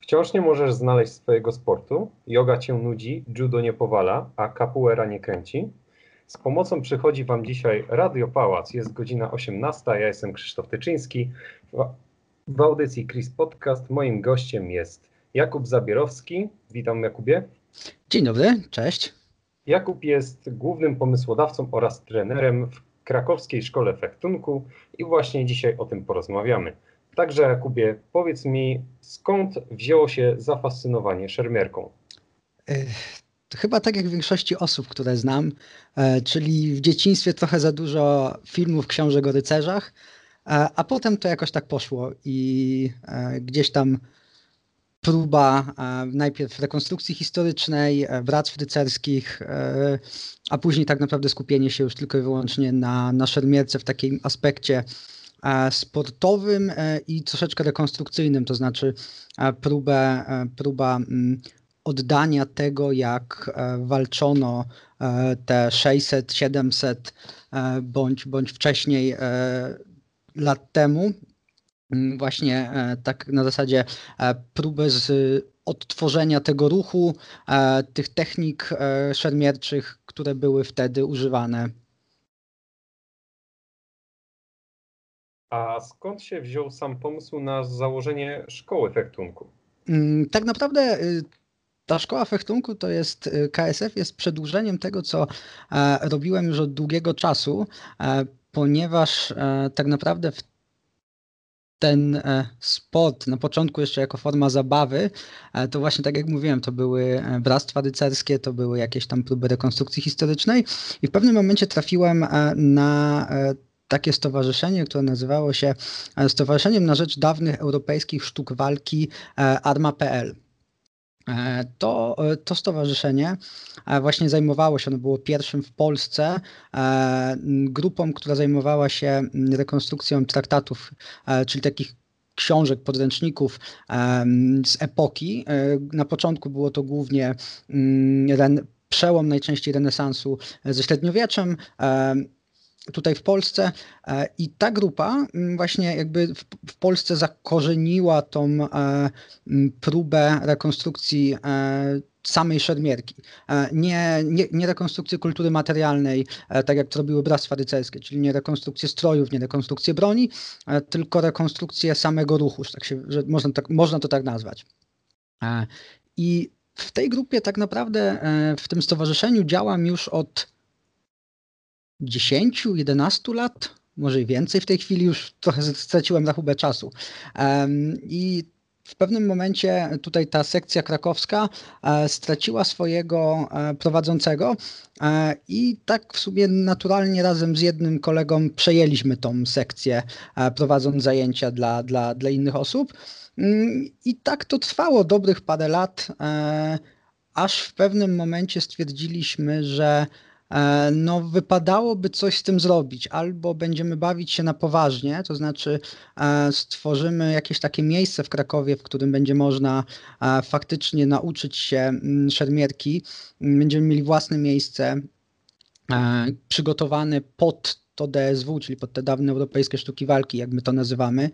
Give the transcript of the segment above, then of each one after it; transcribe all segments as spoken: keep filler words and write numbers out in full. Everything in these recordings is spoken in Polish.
Wciąż nie możesz znaleźć swojego sportu, joga cię nudzi, judo nie powala, a capoeira nie kręci. Z pomocą przychodzi Wam dzisiaj Radio Pałac. Jest godzina osiemnasta, ja jestem Krzysztof Tyczyński. W, w audycji Chris Podcast moim gościem jest Jakub Zabierowski. Witam, Jakubie. Dzień dobry, cześć. Jakub jest głównym pomysłodawcą oraz trenerem w krakowskiej szkole fechtunku i właśnie dzisiaj o tym porozmawiamy. Także, Jakubie, powiedz mi, skąd wzięło się zafascynowanie szermierką? Chyba tak jak w większości osób, które znam, czyli w dzieciństwie trochę za dużo filmów, książek o rycerzach, a potem to jakoś tak poszło i gdzieś tam próba najpierw rekonstrukcji historycznej, bractw rycerskich, a później tak naprawdę skupienie się już tylko i wyłącznie na, na szermierce w takim aspekcie sportowym i troszeczkę rekonstrukcyjnym, to znaczy próbę, próba oddania tego, jak walczono te sześćset, siedemset bądź, bądź wcześniej lat temu. Właśnie tak na zasadzie próby z odtworzenia tego ruchu, tych technik szermierczych, które były wtedy używane. A skąd się wziął sam pomysł na założenie szkoły fechtunku? Tak naprawdę ta szkoła fechtunku to jest, K S F jest przedłużeniem tego, co robiłem już od długiego czasu, ponieważ tak naprawdę w ten sport na początku jeszcze jako forma zabawy, to właśnie tak jak mówiłem, to były bractwa rycerskie, to były jakieś tam próby rekonstrukcji historycznej i w pewnym momencie trafiłem na takie stowarzyszenie, które nazywało się Stowarzyszeniem na Rzecz Dawnych Europejskich Sztuk Walki Arma kropka p l. To, to stowarzyszenie właśnie zajmowało się, ono było pierwszym w Polsce grupą, która zajmowała się rekonstrukcją traktatów, czyli takich książek, podręczników z epoki. Na początku było to głównie przełom najczęściej renesansu ze średniowieczem, tutaj w Polsce i ta grupa właśnie jakby w, w Polsce zakorzeniła tą próbę rekonstrukcji samej szermierki. Nie, nie, nie rekonstrukcji kultury materialnej, tak jak to robiły bractwa rycerskie, czyli nie rekonstrukcję strojów, nie rekonstrukcję broni, tylko rekonstrukcję samego ruchu, że, tak się, że można, tak, można to tak nazwać. I w tej grupie tak naprawdę, w tym stowarzyszeniu działam już od dziesięć, jedenaście lat, może i więcej w tej chwili, już trochę straciłem rachubę czasu. I w pewnym momencie tutaj ta sekcja krakowska straciła swojego prowadzącego i tak w sumie naturalnie razem z jednym kolegą przejęliśmy tą sekcję, prowadząc zajęcia dla, dla, dla innych osób. I tak to trwało dobrych parę lat, aż w pewnym momencie stwierdziliśmy, że no wypadałoby coś z tym zrobić, albo będziemy bawić się na poważnie, to znaczy stworzymy jakieś takie miejsce w Krakowie, w którym będzie można faktycznie nauczyć się szermierki, będziemy mieli własne miejsce przygotowane pod to D S W, czyli pod te dawne europejskie sztuki walki, jak my to nazywamy.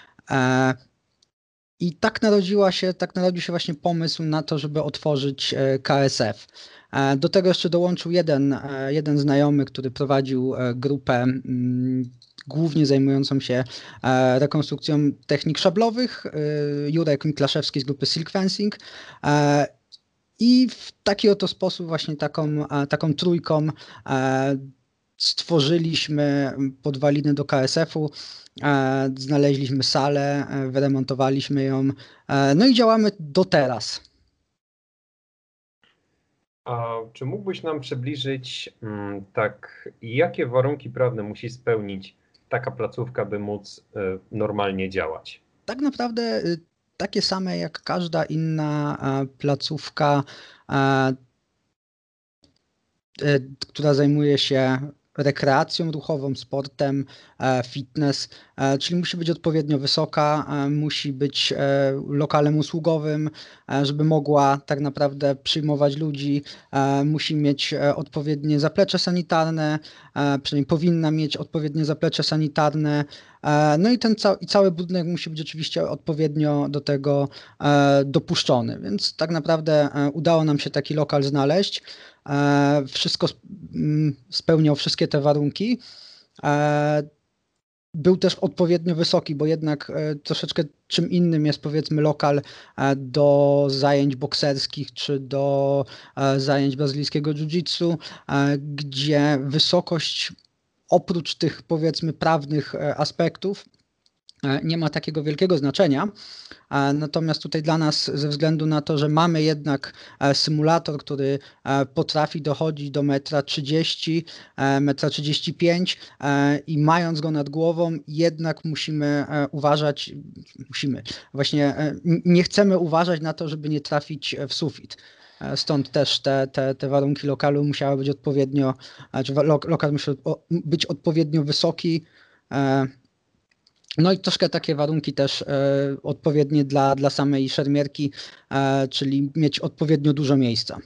I tak narodziła się, tak narodził się właśnie pomysł na to, żeby otworzyć K S F. Do tego jeszcze dołączył jeden, jeden znajomy, który prowadził grupę głównie zajmującą się rekonstrukcją technik szablowych, Jurek Miklaszewski z grupy Silk Fencing. I w taki oto sposób właśnie taką, taką trójką stworzyliśmy podwaliny do K S F-u, znaleźliśmy salę, wyremontowaliśmy ją, no i działamy do teraz. A czy mógłbyś nam przybliżyć, tak, jakie warunki prawne musi spełnić taka placówka, by móc normalnie działać? Tak naprawdę takie same jak każda inna placówka, która zajmuje się rekreacją ruchową, sportem, fitness, czyli musi być odpowiednio wysoka, musi być lokalem usługowym, żeby mogła tak naprawdę przyjmować ludzi, musi mieć odpowiednie zaplecze sanitarne, przynajmniej powinna mieć odpowiednie zaplecze sanitarne, No i ten ca i cały budynek musi być oczywiście odpowiednio do tego dopuszczony, więc tak naprawdę udało nam się taki lokal znaleźć. Wszystko spełniał wszystkie te warunki. Był też odpowiednio wysoki, bo jednak troszeczkę czym innym jest powiedzmy lokal do zajęć bokserskich czy do zajęć brazylijskiego jiu-jitsu, gdzie wysokość oprócz tych powiedzmy prawnych aspektów nie ma takiego wielkiego znaczenia. Natomiast tutaj dla nas, ze względu na to, że mamy jednak symulator, który potrafi dochodzić do metra trzydzieści, metra trzydzieści pięć i mając go nad głową, jednak musimy uważać, musimy, właśnie nie chcemy uważać na to, żeby nie trafić w sufit. Stąd też te, te, te warunki lokalu musiały być odpowiednio, czy lokal musiał być odpowiednio wysoki. No i troszkę takie warunki też e, odpowiednie dla, dla samej szermierki, e, czyli mieć odpowiednio dużo miejsca.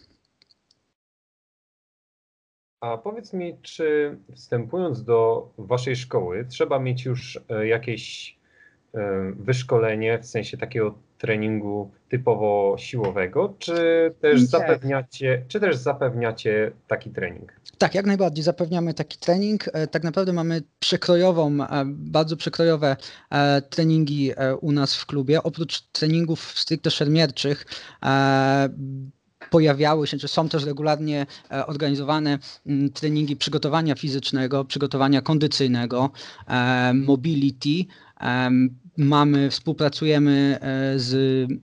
A powiedz mi, czy wstępując do waszej szkoły trzeba mieć już jakieś wyszkolenie w sensie takiego treningu typowo siłowego, czy też zapewniacie, czy też zapewniacie taki trening? Tak, jak najbardziej zapewniamy taki trening. Tak naprawdę mamy przekrojową, bardzo przekrojowe treningi u nas w klubie. Oprócz treningów stricte szermierczych pojawiały się, czy są też regularnie organizowane treningi przygotowania fizycznego, przygotowania kondycyjnego, mobility. Mamy, współpracujemy z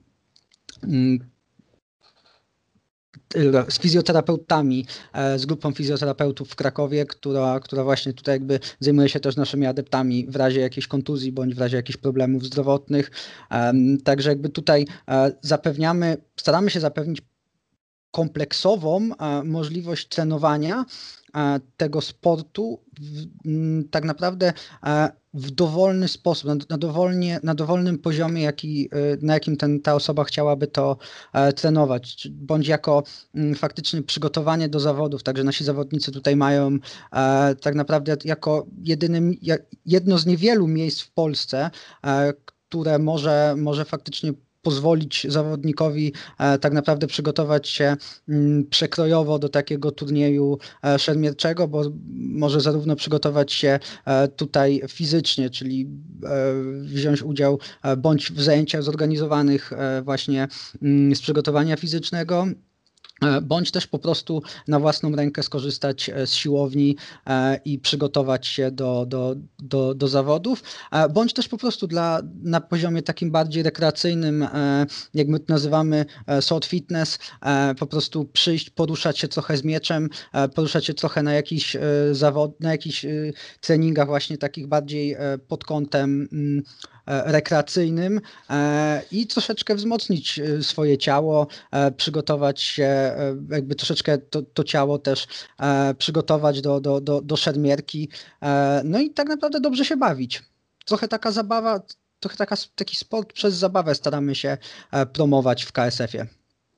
z fizjoterapeutami, z grupą fizjoterapeutów w Krakowie, która, która właśnie tutaj jakby zajmuje się też naszymi adeptami w razie jakiejś kontuzji bądź w razie jakichś problemów zdrowotnych. Także jakby tutaj zapewniamy, staramy się zapewnić kompleksową możliwość trenowania tego sportu w, tak naprawdę w dowolny sposób, na, na, dowolnie, na dowolnym poziomie, jaki, na jakim ten, ta osoba chciałaby to trenować, bądź jako faktycznie przygotowanie do zawodów. Także nasi zawodnicy tutaj mają tak naprawdę jako jedynym, jedno z niewielu miejsc w Polsce, które może, może faktycznie pozwolić zawodnikowi tak naprawdę przygotować się przekrojowo do takiego turnieju szermierczego, bo może zarówno przygotować się tutaj fizycznie, czyli wziąć udział bądź w zajęciach zorganizowanych właśnie z przygotowania fizycznego, bądź też po prostu na własną rękę skorzystać z siłowni i przygotować się do, do, do, do zawodów, bądź też po prostu dla, na poziomie takim bardziej rekreacyjnym, jak my to nazywamy short fitness, po prostu przyjść, poruszać się trochę z mieczem, poruszać się trochę na jakichś zawod, na jakichś treningach właśnie takich bardziej pod kątem rekreacyjnym i troszeczkę wzmocnić swoje ciało, przygotować się, jakby troszeczkę to, to ciało też przygotować do, do, do, do szermierki, no i tak naprawdę dobrze się bawić. Trochę taka zabawa, trochę taka, taki sport przez zabawę staramy się promować w K S F-ie.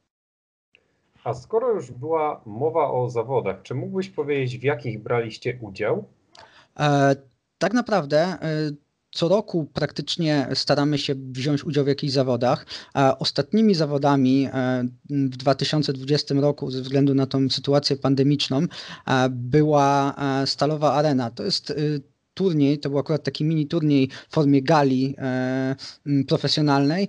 A skoro już była mowa o zawodach, czy mógłbyś powiedzieć, w jakich braliście udział? Tak naprawdę co roku praktycznie staramy się wziąć udział w jakichś zawodach. Ostatnimi zawodami w dwa tysiące dwudziestym roku, ze względu na tą sytuację pandemiczną, była Stalowa Arena. To jest turniej, to był akurat taki mini turniej w formie gali profesjonalnej,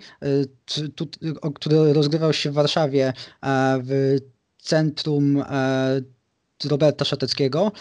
który rozgrywał się w Warszawie w centrum Roberta Szateckiego.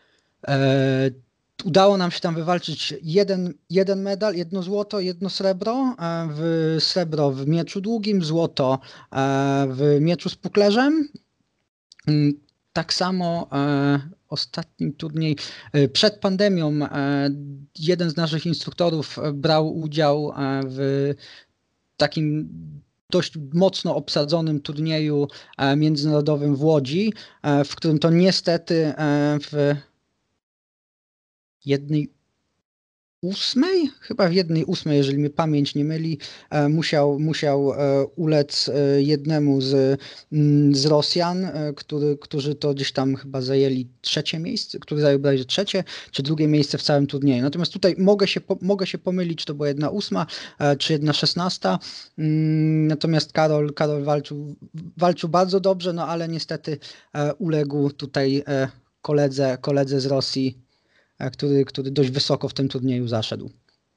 Udało nam się tam wywalczyć jeden, jeden medal, jedno złoto, jedno srebro, w srebro w mieczu długim, złoto w mieczu z puklerzem. Tak samo ostatni turniej przed pandemią jeden z naszych instruktorów brał udział w takim dość mocno obsadzonym turnieju międzynarodowym w Łodzi, w którym to niestety w jednej ósmej, chyba w jednej ósmej, jeżeli mnie pamięć nie myli, e, musiał, musiał e, ulec e, jednemu z, mm, z Rosjan, e, który, którzy to gdzieś tam chyba zajęli trzecie miejsce, który zajął bodajże trzecie czy drugie miejsce w całym turnieju. Natomiast tutaj mogę się, po- mogę się pomylić, czy to była jedna ósma, e, czy jedna szesnasta. Mm, Natomiast Karol, Karol walczył, walczył bardzo dobrze, no ale niestety e, uległ tutaj e, koledze, koledze z Rosji, e, który, który dość wysoko w tym turnieju zaszedł.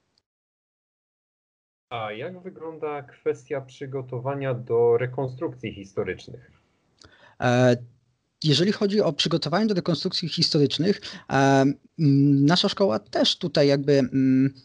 A jak wygląda kwestia przygotowania do rekonstrukcji historycznych? E, Jeżeli chodzi o przygotowanie do rekonstrukcji historycznych, e, m, nasza szkoła też tutaj jakby mm,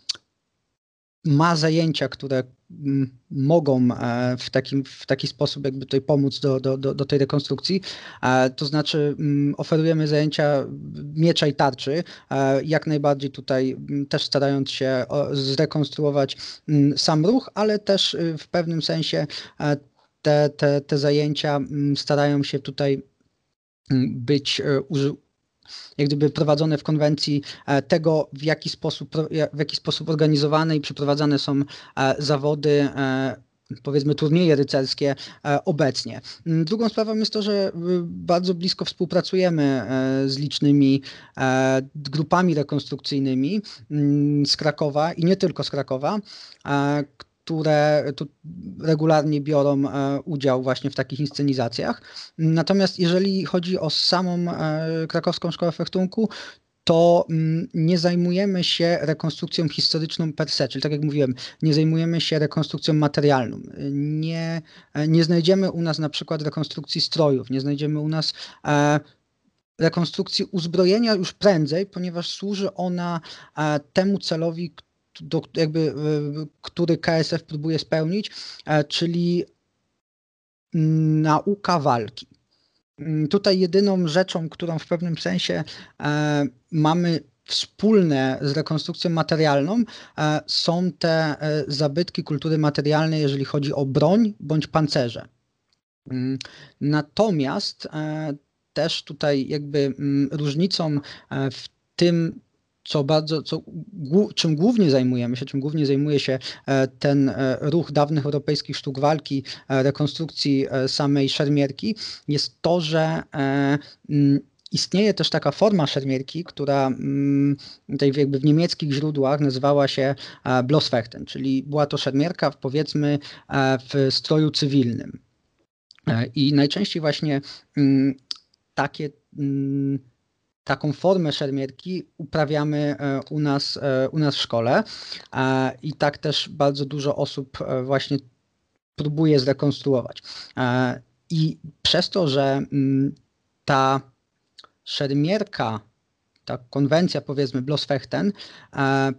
ma zajęcia, które mm, mogą e, w takim, w taki sposób jakby tutaj pomóc do, do, do, do tej rekonstrukcji. E, To znaczy mm, oferujemy zajęcia miecza i tarczy, e, jak najbardziej tutaj mm, też starając się o- zrekonstruować mm, sam ruch, ale też y, w pewnym sensie e, te, te, te zajęcia mm, starają się tutaj mm, być e, uży- jak gdyby prowadzone w konwencji e, tego, w jaki sposób, pro- ja- w jaki sposób organizowane i przeprowadzane są e, zawody, e, powiedzmy turnieje rycerskie e, obecnie. Mm, Drugą sprawą jest to, że y, bardzo blisko współpracujemy e, z licznymi e, grupami rekonstrukcyjnymi mm, z Krakowa i nie tylko z Krakowa, e, które tu regularnie biorą e, udział właśnie w takich inscenizacjach. Natomiast jeżeli chodzi o samą e, krakowską szkołę fechtunku, to mm, nie zajmujemy się rekonstrukcją historyczną per se, czyli tak jak mówiłem, nie zajmujemy się rekonstrukcją materialną. Nie, e, nie znajdziemy u nas na przykład rekonstrukcji strojów, nie znajdziemy u nas e, rekonstrukcji uzbrojenia już prędzej, ponieważ służy ona e, temu celowi, k- do, jakby, e, który K S F próbuje spełnić, e, czyli mm, nauka walki. Mm, Tutaj jedyną rzeczą, którą w pewnym sensie e, mamy wspólne z rekonstrukcją materialną, e, są te e, zabytki kultury materialnej, jeżeli chodzi o broń bądź pancerze. Mm, Natomiast e, też tutaj jakby mm, różnicą e, w tym, co bardzo, co, głó- czym głównie zajmujemy się, czym głównie zajmuje się e, ten e, ruch dawnych europejskich sztuk walki, e, rekonstrukcji e, samej szermierki, jest to, że e, mm, istnieje też taka forma szermierki, która mm, tutaj jakby w niemieckich źródłach nazywała się e, Blossfechten, czyli była to szermierka, powiedzmy, e, w stroju cywilnym. E, I najczęściej właśnie mm, takie, mm, taką formę szermierki uprawiamy e, u nas, e, u nas w szkole. E, I tak też bardzo dużo osób e, właśnie próbuje zrekonstruować. E, I przez to, że mm, ta szermierka, ta konwencja powiedzmy Blossfechten e,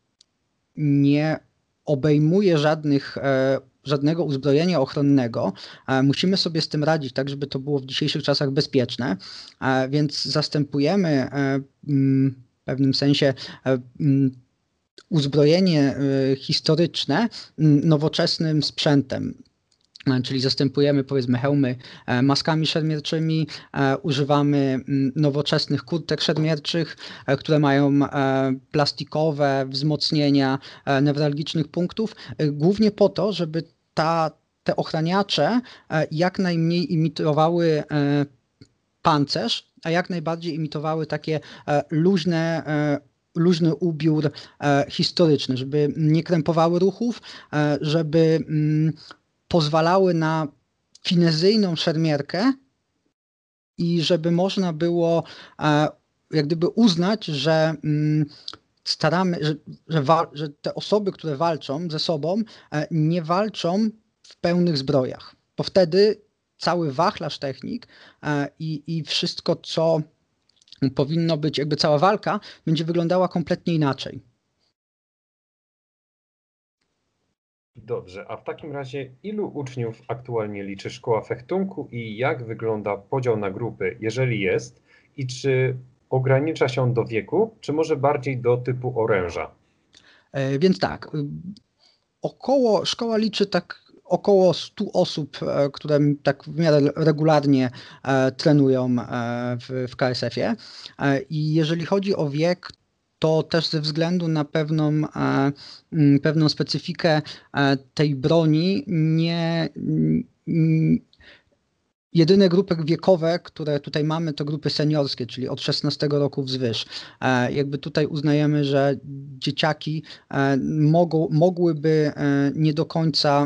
nie obejmuje żadnych, e, żadnego uzbrojenia ochronnego. E, Musimy sobie z tym radzić tak, żeby to było w dzisiejszych czasach bezpieczne, E, więc zastępujemy e, mm, w pewnym sensie e, mm, uzbrojenie e, historyczne mm, nowoczesnym sprzętem. E, Czyli zastępujemy powiedzmy hełmy e, maskami szermierczymi, e, używamy mm, nowoczesnych kurtek szermierczych, e, które mają e, plastikowe wzmocnienia e, newralgicznych punktów, e, głównie po to, żeby ta, te ochraniacze e, jak najmniej imitowały e, pancerz, a jak najbardziej imitowały takie e, luźne, e, luźny ubiór e, historyczny, żeby nie krępowały ruchów, e, żeby mm, pozwalały na finezyjną szermierkę i żeby można było e, jak gdyby uznać, że mm, staramy, że, że, wa- że te osoby, które walczą ze sobą, e, nie walczą w pełnych zbrojach, bo wtedy cały wachlarz technik e, i, i wszystko, co powinno być, jakby cała walka, będzie wyglądała kompletnie inaczej. Dobrze, a w takim razie ilu uczniów aktualnie liczy szkoła fechtunku i jak wygląda podział na grupy, jeżeli jest, i czy ogranicza się on do wieku, czy może bardziej do typu oręża? E, Więc tak, y, około, szkoła liczy tak około stu osób, e, które tak w miarę regularnie e, trenują e, w, w K S F ie. E, I jeżeli chodzi o wiek, to też ze względu na pewną, pewną specyfikę tej broni nie. Jedyne grupy wiekowe, które tutaj mamy, to grupy seniorskie, czyli od szesnastego roku wzwyż. Jakby tutaj uznajemy, że dzieciaki mogą, mogłyby nie do końca,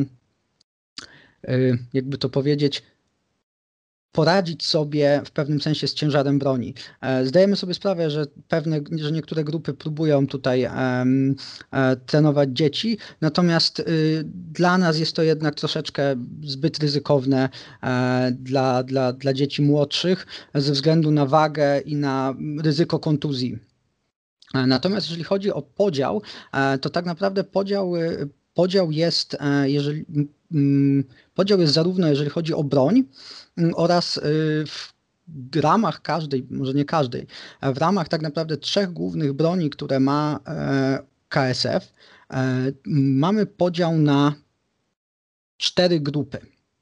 jakby to powiedzieć, poradzić sobie w pewnym sensie z ciężarem broni. Zdajemy sobie sprawę, że pewne, że niektóre grupy próbują tutaj um, trenować dzieci, natomiast y, dla nas jest to jednak troszeczkę zbyt ryzykowne e, dla, dla, dla dzieci młodszych ze względu na wagę i na ryzyko kontuzji. Natomiast jeżeli chodzi o podział, e, to tak naprawdę podział, podział jest, e, jeżeli podział jest zarówno jeżeli chodzi o broń oraz w ramach każdej, może nie każdej, w ramach tak naprawdę trzech głównych broni, które ma K S F, mamy podział na cztery grupy.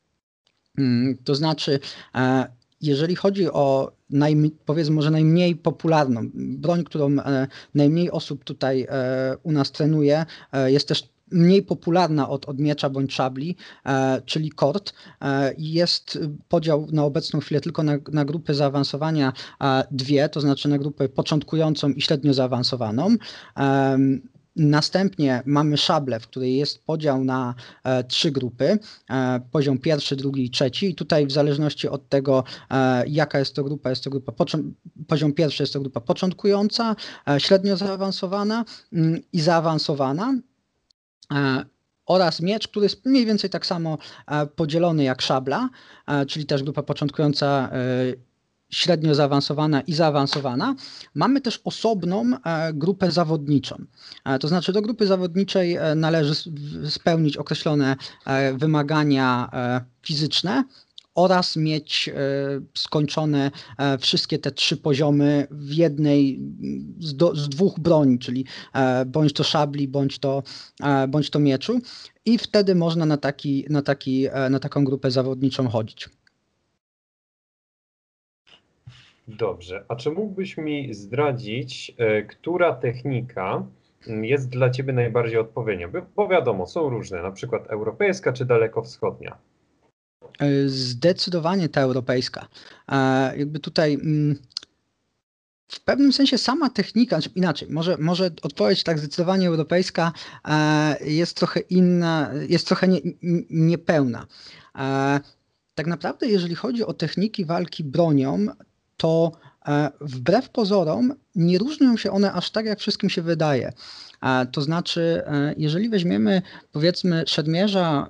To znaczy, jeżeli chodzi o najmniej, powiedzmy może najmniej popularną broń, którą najmniej osób tutaj u nas trenuje, jest też mniej popularna od, od miecza bądź szabli, e, czyli kord. E, jest podział na obecną chwilę tylko na, na grupy zaawansowania e, dwie, to znaczy na grupę początkującą i średnio zaawansowaną. E, Następnie mamy szablę, w której jest podział na e, trzy grupy, e, poziom pierwszy, drugi i trzeci. I tutaj w zależności od tego, e, jaka jest to grupa, jest to grupa poziom pierwszy jest to grupa początkująca, e, średnio zaawansowana mm, i zaawansowana. Oraz miecz, który jest mniej więcej tak samo podzielony jak szabla, czyli też grupa początkująca, średnio zaawansowana i zaawansowana. Mamy też osobną grupę zawodniczą. To znaczy do grupy zawodniczej należy spełnić określone wymagania fizyczne oraz mieć skończone wszystkie te trzy poziomy w jednej z, do, z dwóch broni, czyli bądź to szabli, bądź to, bądź to mieczu, i wtedy można na, taki, na, taki, na taką grupę zawodniczą chodzić. Dobrze, a czy mógłbyś mi zdradzić, która technika jest dla Ciebie najbardziej odpowiednia? Bo wiadomo, są różne, na przykład europejska czy dalekowschodnia. Zdecydowanie ta europejska. Jakby tutaj w pewnym sensie sama technika, znaczy inaczej, może, może odpowiedź tak zdecydowanie europejska jest trochę inna, jest trochę nie, niepełna. Tak naprawdę jeżeli chodzi o techniki walki bronią, to wbrew pozorom nie różnią się one aż tak, jak wszystkim się wydaje. To znaczy, jeżeli weźmiemy powiedzmy szermierza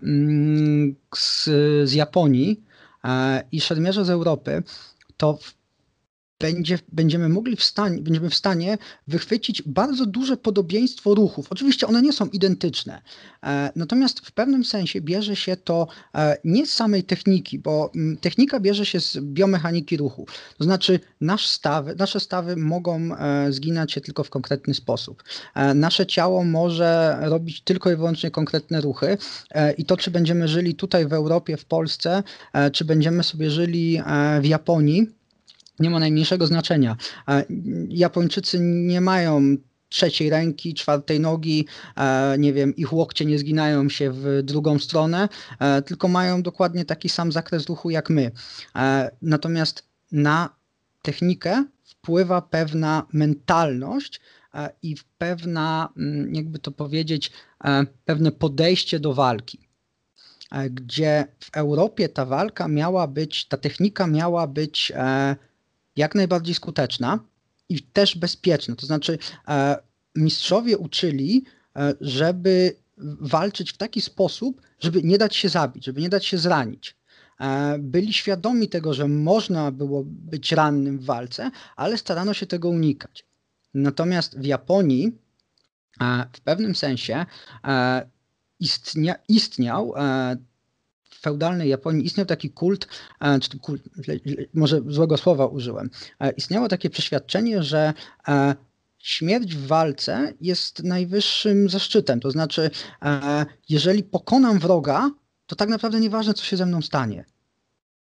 z, z Japonii i szermierza z Europy, to będzie, będziemy mogli w stanie, będziemy w stanie wychwycić bardzo duże podobieństwo ruchów. Oczywiście one nie są identyczne, natomiast w pewnym sensie bierze się to nie z samej techniki, bo technika bierze się z biomechaniki ruchu. To znaczy nasz stawy, nasze stawy mogą zginać się tylko w konkretny sposób. Nasze ciało może robić tylko i wyłącznie konkretne ruchy i to, czy będziemy żyli tutaj w Europie, w Polsce, czy będziemy sobie żyli w Japonii, nie ma najmniejszego znaczenia. Japończycy nie mają trzeciej ręki, czwartej nogi, nie wiem, ich łokcie nie zginają się w drugą stronę, tylko mają dokładnie taki sam zakres ruchu jak my. Natomiast na technikę wpływa pewna mentalność i pewna, jakby to powiedzieć, pewne podejście do walki. Gdzie w Europie ta walka miała być, ta technika miała być jak najbardziej skuteczna i też bezpieczna. To znaczy e, mistrzowie uczyli, e, żeby walczyć w taki sposób, żeby nie dać się zabić, żeby nie dać się zranić. E, byli świadomi tego, że można było być rannym w walce, ale starano się tego unikać. Natomiast w Japonii e, w pewnym sensie e, istnia, istniał e, w feudalnej Japonii istniał taki kult, czy kult, może złego słowa użyłem, istniało takie przeświadczenie, że śmierć w walce jest najwyższym zaszczytem. To znaczy, jeżeli pokonam wroga, to tak naprawdę nieważne, co się ze mną stanie.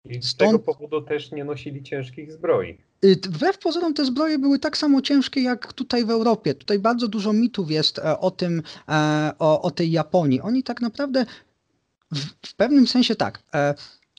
I z tego Stąd powodu też nie nosili ciężkich zbroi. y, wbrew pozorom te zbroje były tak samo ciężkie jak tutaj w Europie. Tutaj bardzo dużo mitów jest e, o tym, e, o, o tej Japonii. Oni tak naprawdę w, w pewnym sensie tak. E,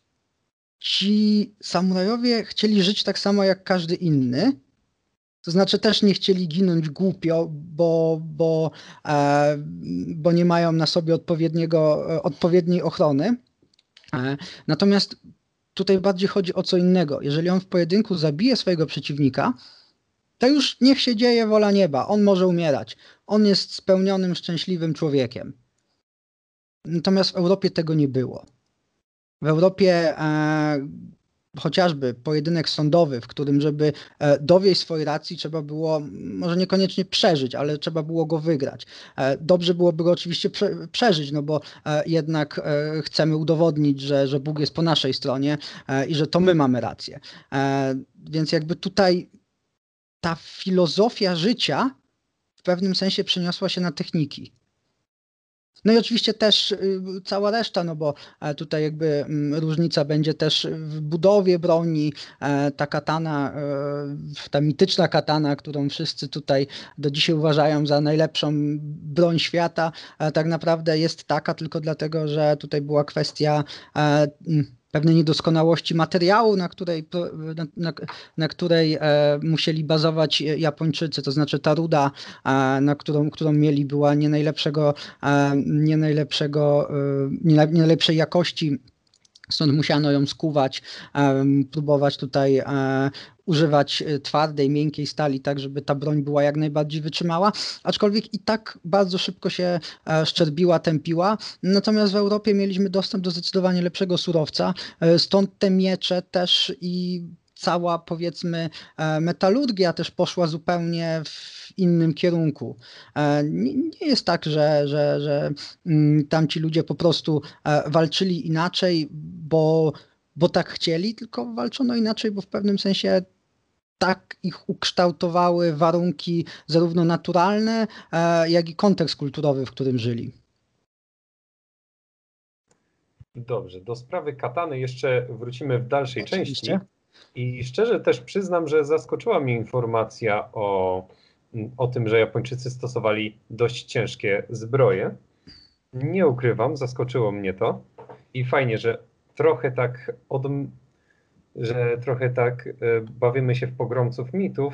ci samurajowie chcieli żyć tak samo jak każdy inny. To znaczy też nie chcieli ginąć głupio, bo, bo, e, bo nie mają na sobie odpowiedniego, e, odpowiedniej ochrony. E, Natomiast tutaj bardziej chodzi o co innego. Jeżeli on w pojedynku zabije swojego przeciwnika, to już niech się dzieje wola nieba. On może umierać. On jest spełnionym, szczęśliwym człowiekiem. Natomiast w Europie tego nie było. W Europie e, chociażby pojedynek sądowy, w którym, żeby e, dowieść swojej racji, trzeba było może niekoniecznie przeżyć, ale trzeba było go wygrać. E, dobrze byłoby go oczywiście prze, przeżyć, no bo e, jednak e, chcemy udowodnić, że, że Bóg jest po naszej stronie e, i że to my mamy rację. E, więc jakby tutaj ta filozofia życia w pewnym sensie przeniosła się na techniki. No i oczywiście też y, cała reszta, no bo e, tutaj jakby mm, różnica będzie też w budowie broni. E, Ta katana, e, ta mityczna katana, którą wszyscy tutaj do dzisiaj uważają za najlepszą broń świata, e, tak naprawdę jest taka tylko dlatego, że tutaj była kwestia e, m, pewnej niedoskonałości materiału, na której, pro- na, na, na której e, musieli bazować Japończycy, to znaczy ta ruda, e, na którą, którą mieli, była nie najlepszego e, nie najlepszego, e, nie naj- nie najlepszej jakości, stąd musiano ją skuwać, em, próbować tutaj e, używać e, twardej, miękkiej stali, tak żeby ta broń była jak najbardziej wytrzymała, aczkolwiek i tak bardzo szybko się e, szczerbiła, tępiła. Natomiast w Europie mieliśmy dostęp do zdecydowanie lepszego surowca, e, stąd te miecze też i cała, powiedzmy, e, metalurgia też poszła zupełnie w innym kierunku. E, Nie, nie jest tak, że, że, że mm, tamci ludzie po prostu e, walczyli inaczej, bo, bo tak chcieli, tylko walczono inaczej, bo w pewnym sensie tak ich ukształtowały warunki zarówno naturalne, e, jak i kontekst kulturowy, w którym żyli. Dobrze, do sprawy katany jeszcze wrócimy w dalszej Oczywiście. części. I szczerze też przyznam, że zaskoczyła mnie informacja o, o tym, że Japończycy stosowali dość ciężkie zbroje. Nie ukrywam, zaskoczyło mnie to. I fajnie, że trochę tak od, że trochę tak e, bawimy się w pogromców mitów.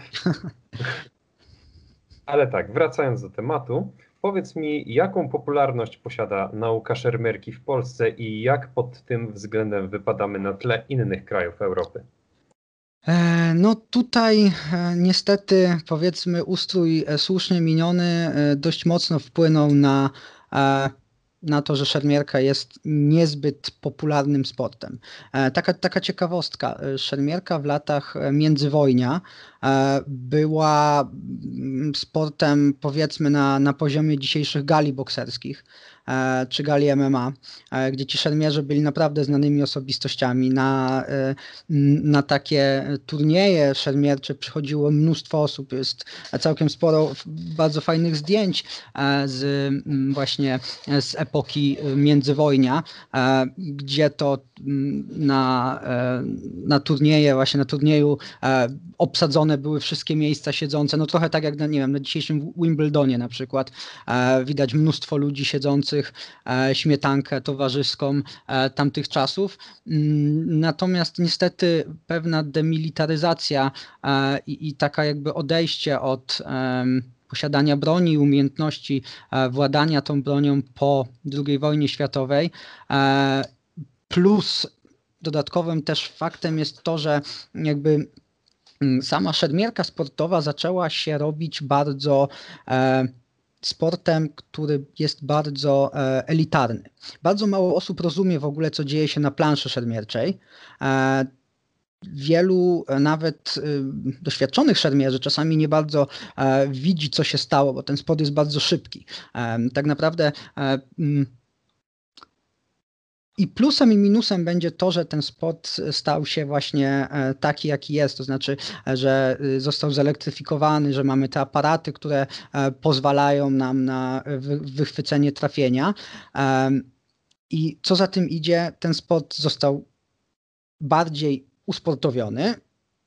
Ale tak, wracając do tematu, powiedz mi, jaką popularność posiada nauka szermierki w Polsce i jak pod tym względem wypadamy na tle innych krajów Europy? E, No tutaj e, niestety powiedzmy ustrój e, słusznie miniony e, dość mocno wpłynął na, e, na to, że szermierka jest niezbyt popularnym sportem. E, Taka, taka ciekawostka. e, Szermierka w latach e, międzywojnia e, była mm, sportem powiedzmy na, na poziomie dzisiejszych gali bokserskich e, czy gali M M A, e, gdzie ci szermierze byli naprawdę znanymi osobistościami. Na, e, na takie turnieje szermiercze przychodziło mnóstwo osób. Jest całkiem sporo f- bardzo fajnych zdjęć e, z mm, właśnie e, z epoki e, międzywojnia, e, gdzie to mm, na, e, na turnieje, właśnie na turnieju e, obsadzone były wszystkie miejsca siedzące, no trochę tak jak na, nie wiem, na dzisiejszym Wimbledonie na przykład. E, Widać mnóstwo ludzi siedzących, e, śmietankę towarzyską e, tamtych czasów. Mm, Natomiast niestety pewna demilitaryzacja e, i, i taka jakby odejście od em, posiadania broni i umiejętności e, władania tą bronią po drugiej wojnie światowej, e, plus dodatkowym też faktem jest to, że jakby mm, sama szermierka sportowa zaczęła się robić bardzo e, sportem, który jest bardzo e, elitarny. Bardzo mało osób rozumie w ogóle, co dzieje się na planszy szermierczej. E, Wielu e, nawet y, doświadczonych szermierzy czasami nie bardzo e, widzi, co się stało, bo ten sport jest bardzo szybki. E, Tak naprawdę e, mm, i plusem i minusem będzie to, że ten sport stał się właśnie e, taki, jaki jest, to znaczy, e, że y, został zelektryfikowany, że mamy te aparaty, które e, pozwalają nam na wy- wychwycenie trafienia. Em, I co za tym idzie, ten sport został bardziej usportowiony.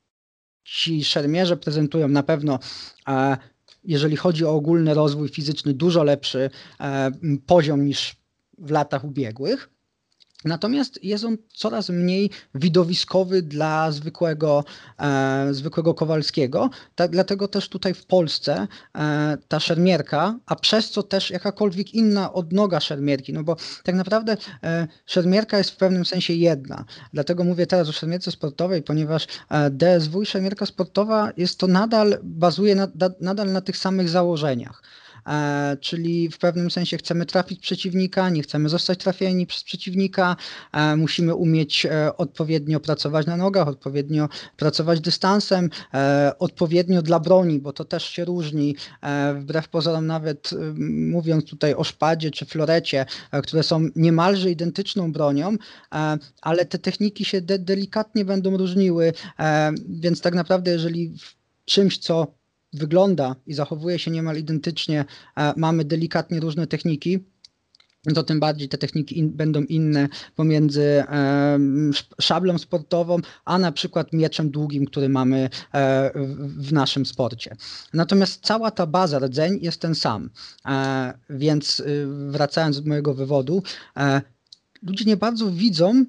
Ci szermierze prezentują na pewno, jeżeli chodzi o ogólny rozwój fizyczny, dużo lepszy poziom niż w latach ubiegłych. Natomiast jest on coraz mniej widowiskowy dla zwykłego, e, zwykłego Kowalskiego. Tak, dlatego też tutaj w Polsce e, ta szermierka, a przez co też jakakolwiek inna odnoga szermierki, no bo tak naprawdę e, szermierka jest w pewnym sensie jedna. Dlatego mówię teraz o szermierce sportowej, ponieważ e, D S W i szermierka sportowa jest to nadal, bazuje na, da, nadal na tych samych założeniach. E, czyli w pewnym sensie chcemy trafić przeciwnika, nie chcemy zostać trafieni przez przeciwnika, e, musimy umieć e, odpowiednio pracować na nogach, odpowiednio pracować dystansem, e, odpowiednio dla broni, bo to też się różni, e, wbrew pozorom nawet e, mówiąc tutaj o szpadzie czy florecie, e, które są niemalże identyczną bronią, e, ale te techniki się de delikatnie będą różniły, e, więc tak naprawdę jeżeli w czymś, co wygląda i zachowuje się niemal identycznie, mamy delikatnie różne techniki, to tym bardziej te techniki in, będą inne pomiędzy e, szablą sportową, a na przykład mieczem długim, który mamy e, w naszym sporcie. Natomiast cała ta baza, rdzeń jest ten sam. E, więc wracając do mojego wywodu, e, ludzie nie bardzo widzą,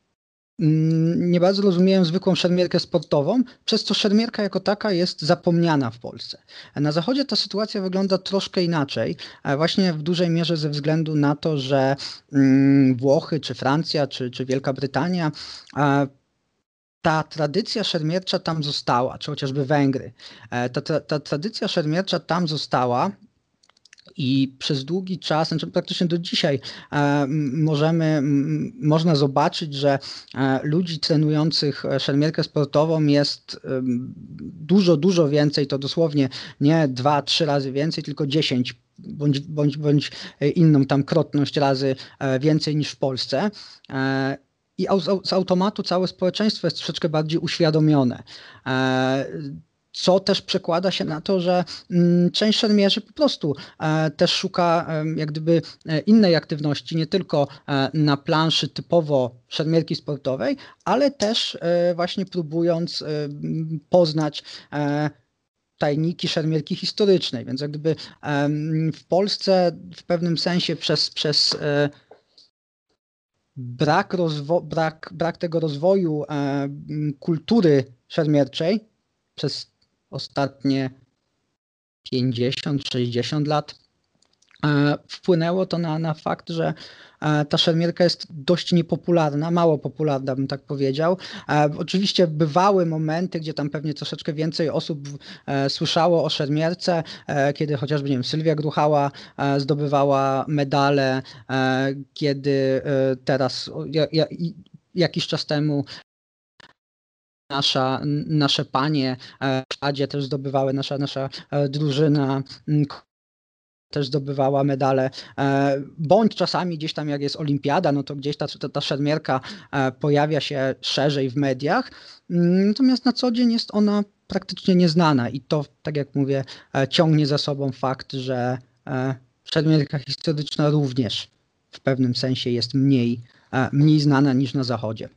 nie bardzo rozumieją zwykłą szermierkę sportową, przez co szermierka jako taka jest zapomniana w Polsce. Na Zachodzie ta sytuacja wygląda troszkę inaczej, właśnie w dużej mierze ze względu na to, że Włochy, czy Francja, czy, czy Wielka Brytania, ta tradycja szermiercza tam została, czy chociażby Węgry. Ta, ta, ta tradycja szermiercza tam została. I przez długi czas, znaczy praktycznie do dzisiaj e, możemy, m, można zobaczyć, że e, ludzi trenujących szermierkę sportową jest e, dużo, dużo więcej, to dosłownie nie dwa, trzy razy więcej, tylko dziesięć bądź, bądź, bądź inną tam krotność razy e, więcej niż w Polsce. E, I z automatu całe społeczeństwo jest troszeczkę bardziej uświadomione. E, Co też przekłada się na to, że część szermierzy po prostu też szuka jak gdyby innej aktywności, nie tylko na planszy typowo szermierki sportowej, ale też właśnie próbując poznać tajniki szermierki historycznej. Więc jak gdyby w Polsce w pewnym sensie przez, przez brak, brak, brak tego rozwoju kultury szermierczej przez ostatnie pięćdziesiąt sześćdziesiąt lat wpłynęło to na, na fakt, że ta szermierka jest dość niepopularna, mało popularna, bym tak powiedział. Oczywiście bywały momenty, gdzie tam pewnie troszeczkę więcej osób słyszało o szermierce, kiedy chociażby, nie wiem, Sylwia Gruchała zdobywała medale, kiedy teraz jakiś czas temu Nasza, nasze panie w szpadzie też zdobywały, nasza, nasza drużyna też zdobywała medale, bądź czasami gdzieś tam jak jest olimpiada, no to gdzieś ta, ta, ta szermierka pojawia się szerzej w mediach, natomiast na co dzień jest ona praktycznie nieznana i to, tak jak mówię, ciągnie za sobą fakt, że szermierka historyczna również w pewnym sensie jest mniej, mniej znana niż na Zachodzie.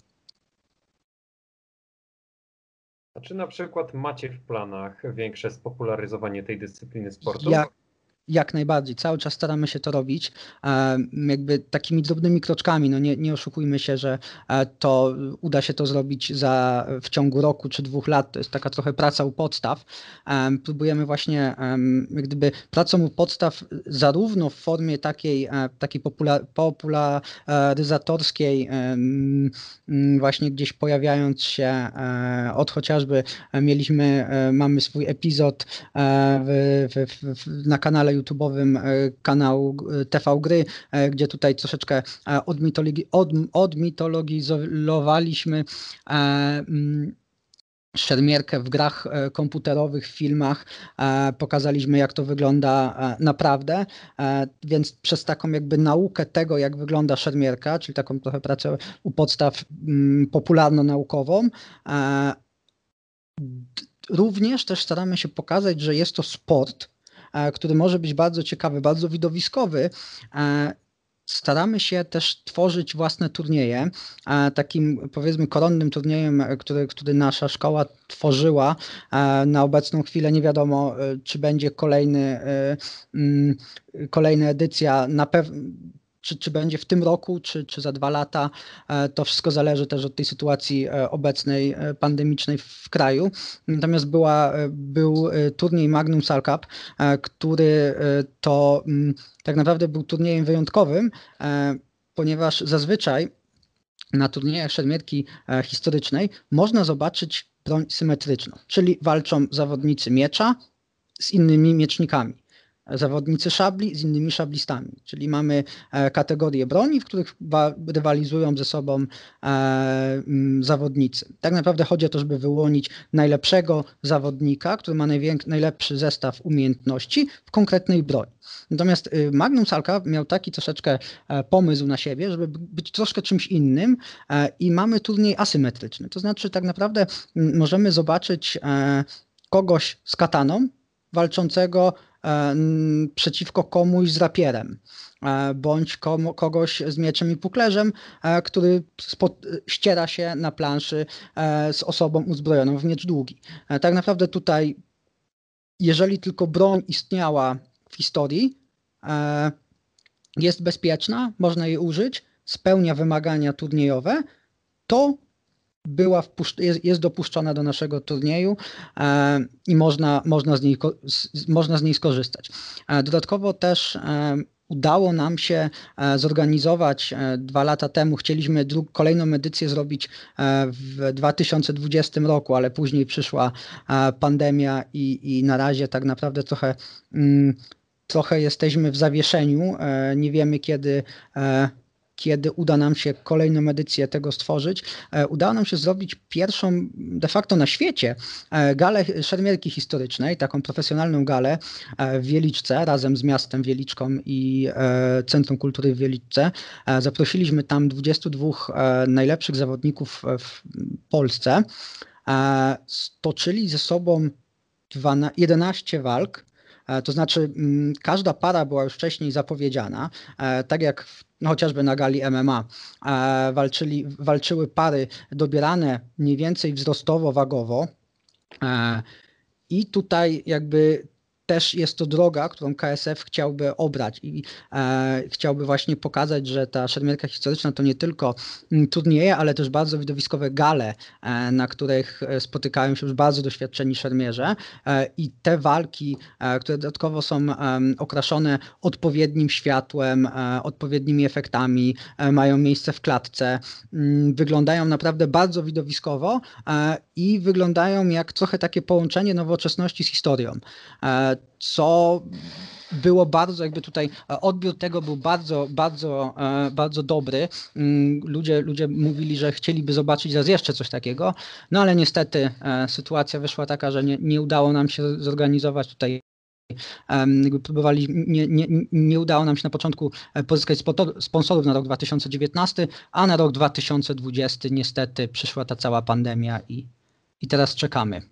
A czy na przykład macie w planach większe spopularyzowanie tej dyscypliny sportu? Jak, jak najbardziej. Cały czas staramy się to robić jakby takimi drobnymi kroczkami. No nie, nie oszukujmy się, że to uda się to zrobić za, w ciągu roku czy dwóch lat. To jest taka trochę praca u podstaw. Próbujemy właśnie jak gdyby pracą u podstaw zarówno w formie takiej, takiej popular, popularyzatorskiej, właśnie gdzieś pojawiając się od chociażby mieliśmy, mamy swój epizod w, w, w, na kanale YouTube'owym kanał T V Gry, gdzie tutaj troszeczkę odmitologi od, odmitologizowaliśmy szermierkę w grach komputerowych, w filmach, pokazaliśmy jak to wygląda naprawdę, więc przez taką jakby naukę tego jak wygląda szermierka, czyli taką trochę pracę u podstaw popularno-naukową, również też staramy się pokazać, że jest to sport, który może być bardzo ciekawy, bardzo widowiskowy, staramy się też tworzyć własne turnieje. Takim, powiedzmy, koronnym turniejem, który, który nasza szkoła tworzyła na obecną chwilę, nie wiadomo, czy będzie kolejny, kolejna edycja, na pewno. Czy, czy będzie w tym roku, czy, czy za dwa lata, to wszystko zależy też od tej sytuacji obecnej pandemicznej w kraju. Natomiast była, był turniej Magnum Sal Cup, który to tak naprawdę był turniejem wyjątkowym, ponieważ zazwyczaj na turniejach szermierki historycznej można zobaczyć broń symetryczną, czyli walczą zawodnicy miecza z innymi miecznikami, zawodnicy szabli z innymi szablistami, czyli mamy kategorie broni, w których rywalizują ze sobą zawodnicy. Tak naprawdę chodzi o to, żeby wyłonić najlepszego zawodnika, który ma najlepszy zestaw umiejętności w konkretnej broni. Natomiast Magnum Sal Cup miał taki troszeczkę pomysł na siebie, żeby być troszkę czymś innym i mamy turniej asymetryczny. To znaczy tak naprawdę możemy zobaczyć kogoś z kataną walczącego przeciwko komuś z rapierem, bądź komu, kogoś z mieczem i puklerzem, który spod, ściera się na planszy z osobą uzbrojoną w miecz długi. Tak naprawdę tutaj, jeżeli tylko broń istniała w historii, jest bezpieczna, można jej użyć, spełnia wymagania turniejowe, to była jest, jest dopuszczona do naszego turnieju e, i można, można, z niej, z, można z niej skorzystać. E, dodatkowo też e, udało nam się e, zorganizować e, dwa lata temu, chcieliśmy dru- kolejną edycję zrobić e, w dwa tysiące dwudziestym roku, ale później przyszła e, pandemia i, i na razie tak naprawdę trochę, mm, trochę jesteśmy w zawieszeniu, e, nie wiemy kiedy e, kiedy uda nam się kolejną edycję tego stworzyć. Udało nam się zrobić pierwszą de facto na świecie galę szermierki historycznej, taką profesjonalną galę w Wieliczce razem z miastem Wieliczką i Centrum Kultury w Wieliczce. Zaprosiliśmy tam dwudziestu dwóch najlepszych zawodników w Polsce. Stoczyli ze sobą jedenaście walk. To znaczy każda para była już wcześniej zapowiedziana, tak jak no chociażby na gali M M A walczyli, walczyły pary dobierane mniej więcej wzrostowo-wagowo i tutaj jakby też jest to droga, którą K S F chciałby obrać i e, chciałby właśnie pokazać, że ta szermierka historyczna to nie tylko turnieje, ale też bardzo widowiskowe gale, e, na których spotykają się już bardzo doświadczeni szermierze e, i te walki, e, które dodatkowo są e, okraszone odpowiednim światłem, e, odpowiednimi efektami, e, mają miejsce w klatce, m, wyglądają naprawdę bardzo widowiskowo e, i wyglądają jak trochę takie połączenie nowoczesności z historią. E, co było bardzo, jakby tutaj odbiór tego był bardzo, bardzo, bardzo dobry. Ludzie, ludzie mówili, że chcieliby zobaczyć raz jeszcze coś takiego, no ale niestety sytuacja wyszła taka, że nie, nie udało nam się zorganizować tutaj. Jakby próbowali, nie, nie, nie udało nam się na początku pozyskać sponsorów na rok dwa tysiące dziewiętnasty, a na rok dwa tysiące dwudziesty niestety przyszła ta cała pandemia i, i teraz czekamy.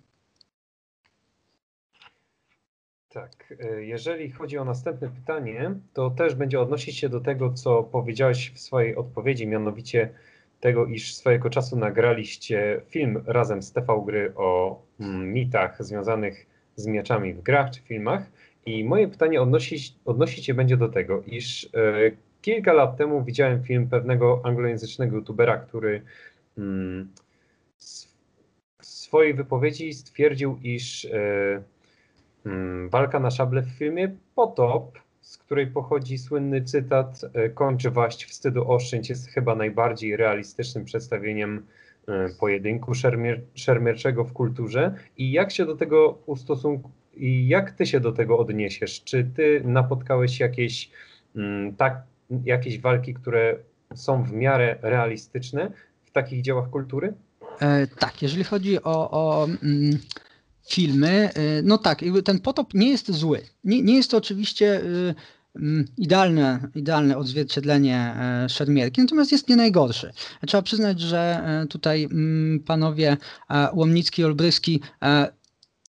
Tak, jeżeli chodzi o następne pytanie, to też będzie odnosić się do tego, co powiedziałeś w swojej odpowiedzi, mianowicie tego, iż swojego czasu nagraliście film razem z T V Gry o mitach związanych z mieczami w grach czy filmach. I moje pytanie odnosi, odnosić się będzie do tego, iż e, kilka lat temu widziałem film pewnego anglojęzycznego youtubera, który mm, w swojej wypowiedzi stwierdził, iż e, walka na szable w filmie Potop, z której pochodzi słynny cytat, kończy waść wstydu oszczędź, jest chyba najbardziej realistycznym przedstawieniem pojedynku szermier szermierczego w kulturze. I jak się do tego ustosunku, i jak ty się do tego odniesiesz? Czy ty napotkałeś jakieś, tak, jakieś walki, które są w miarę realistyczne w takich dziełach kultury? E, tak, jeżeli chodzi o, o mm, filmy, no tak, ten Potop nie jest zły. Nie, nie jest to oczywiście idealne, idealne odzwierciedlenie szermierki, natomiast jest nie najgorszy. Trzeba przyznać, że tutaj panowie Łomnicki i Olbryski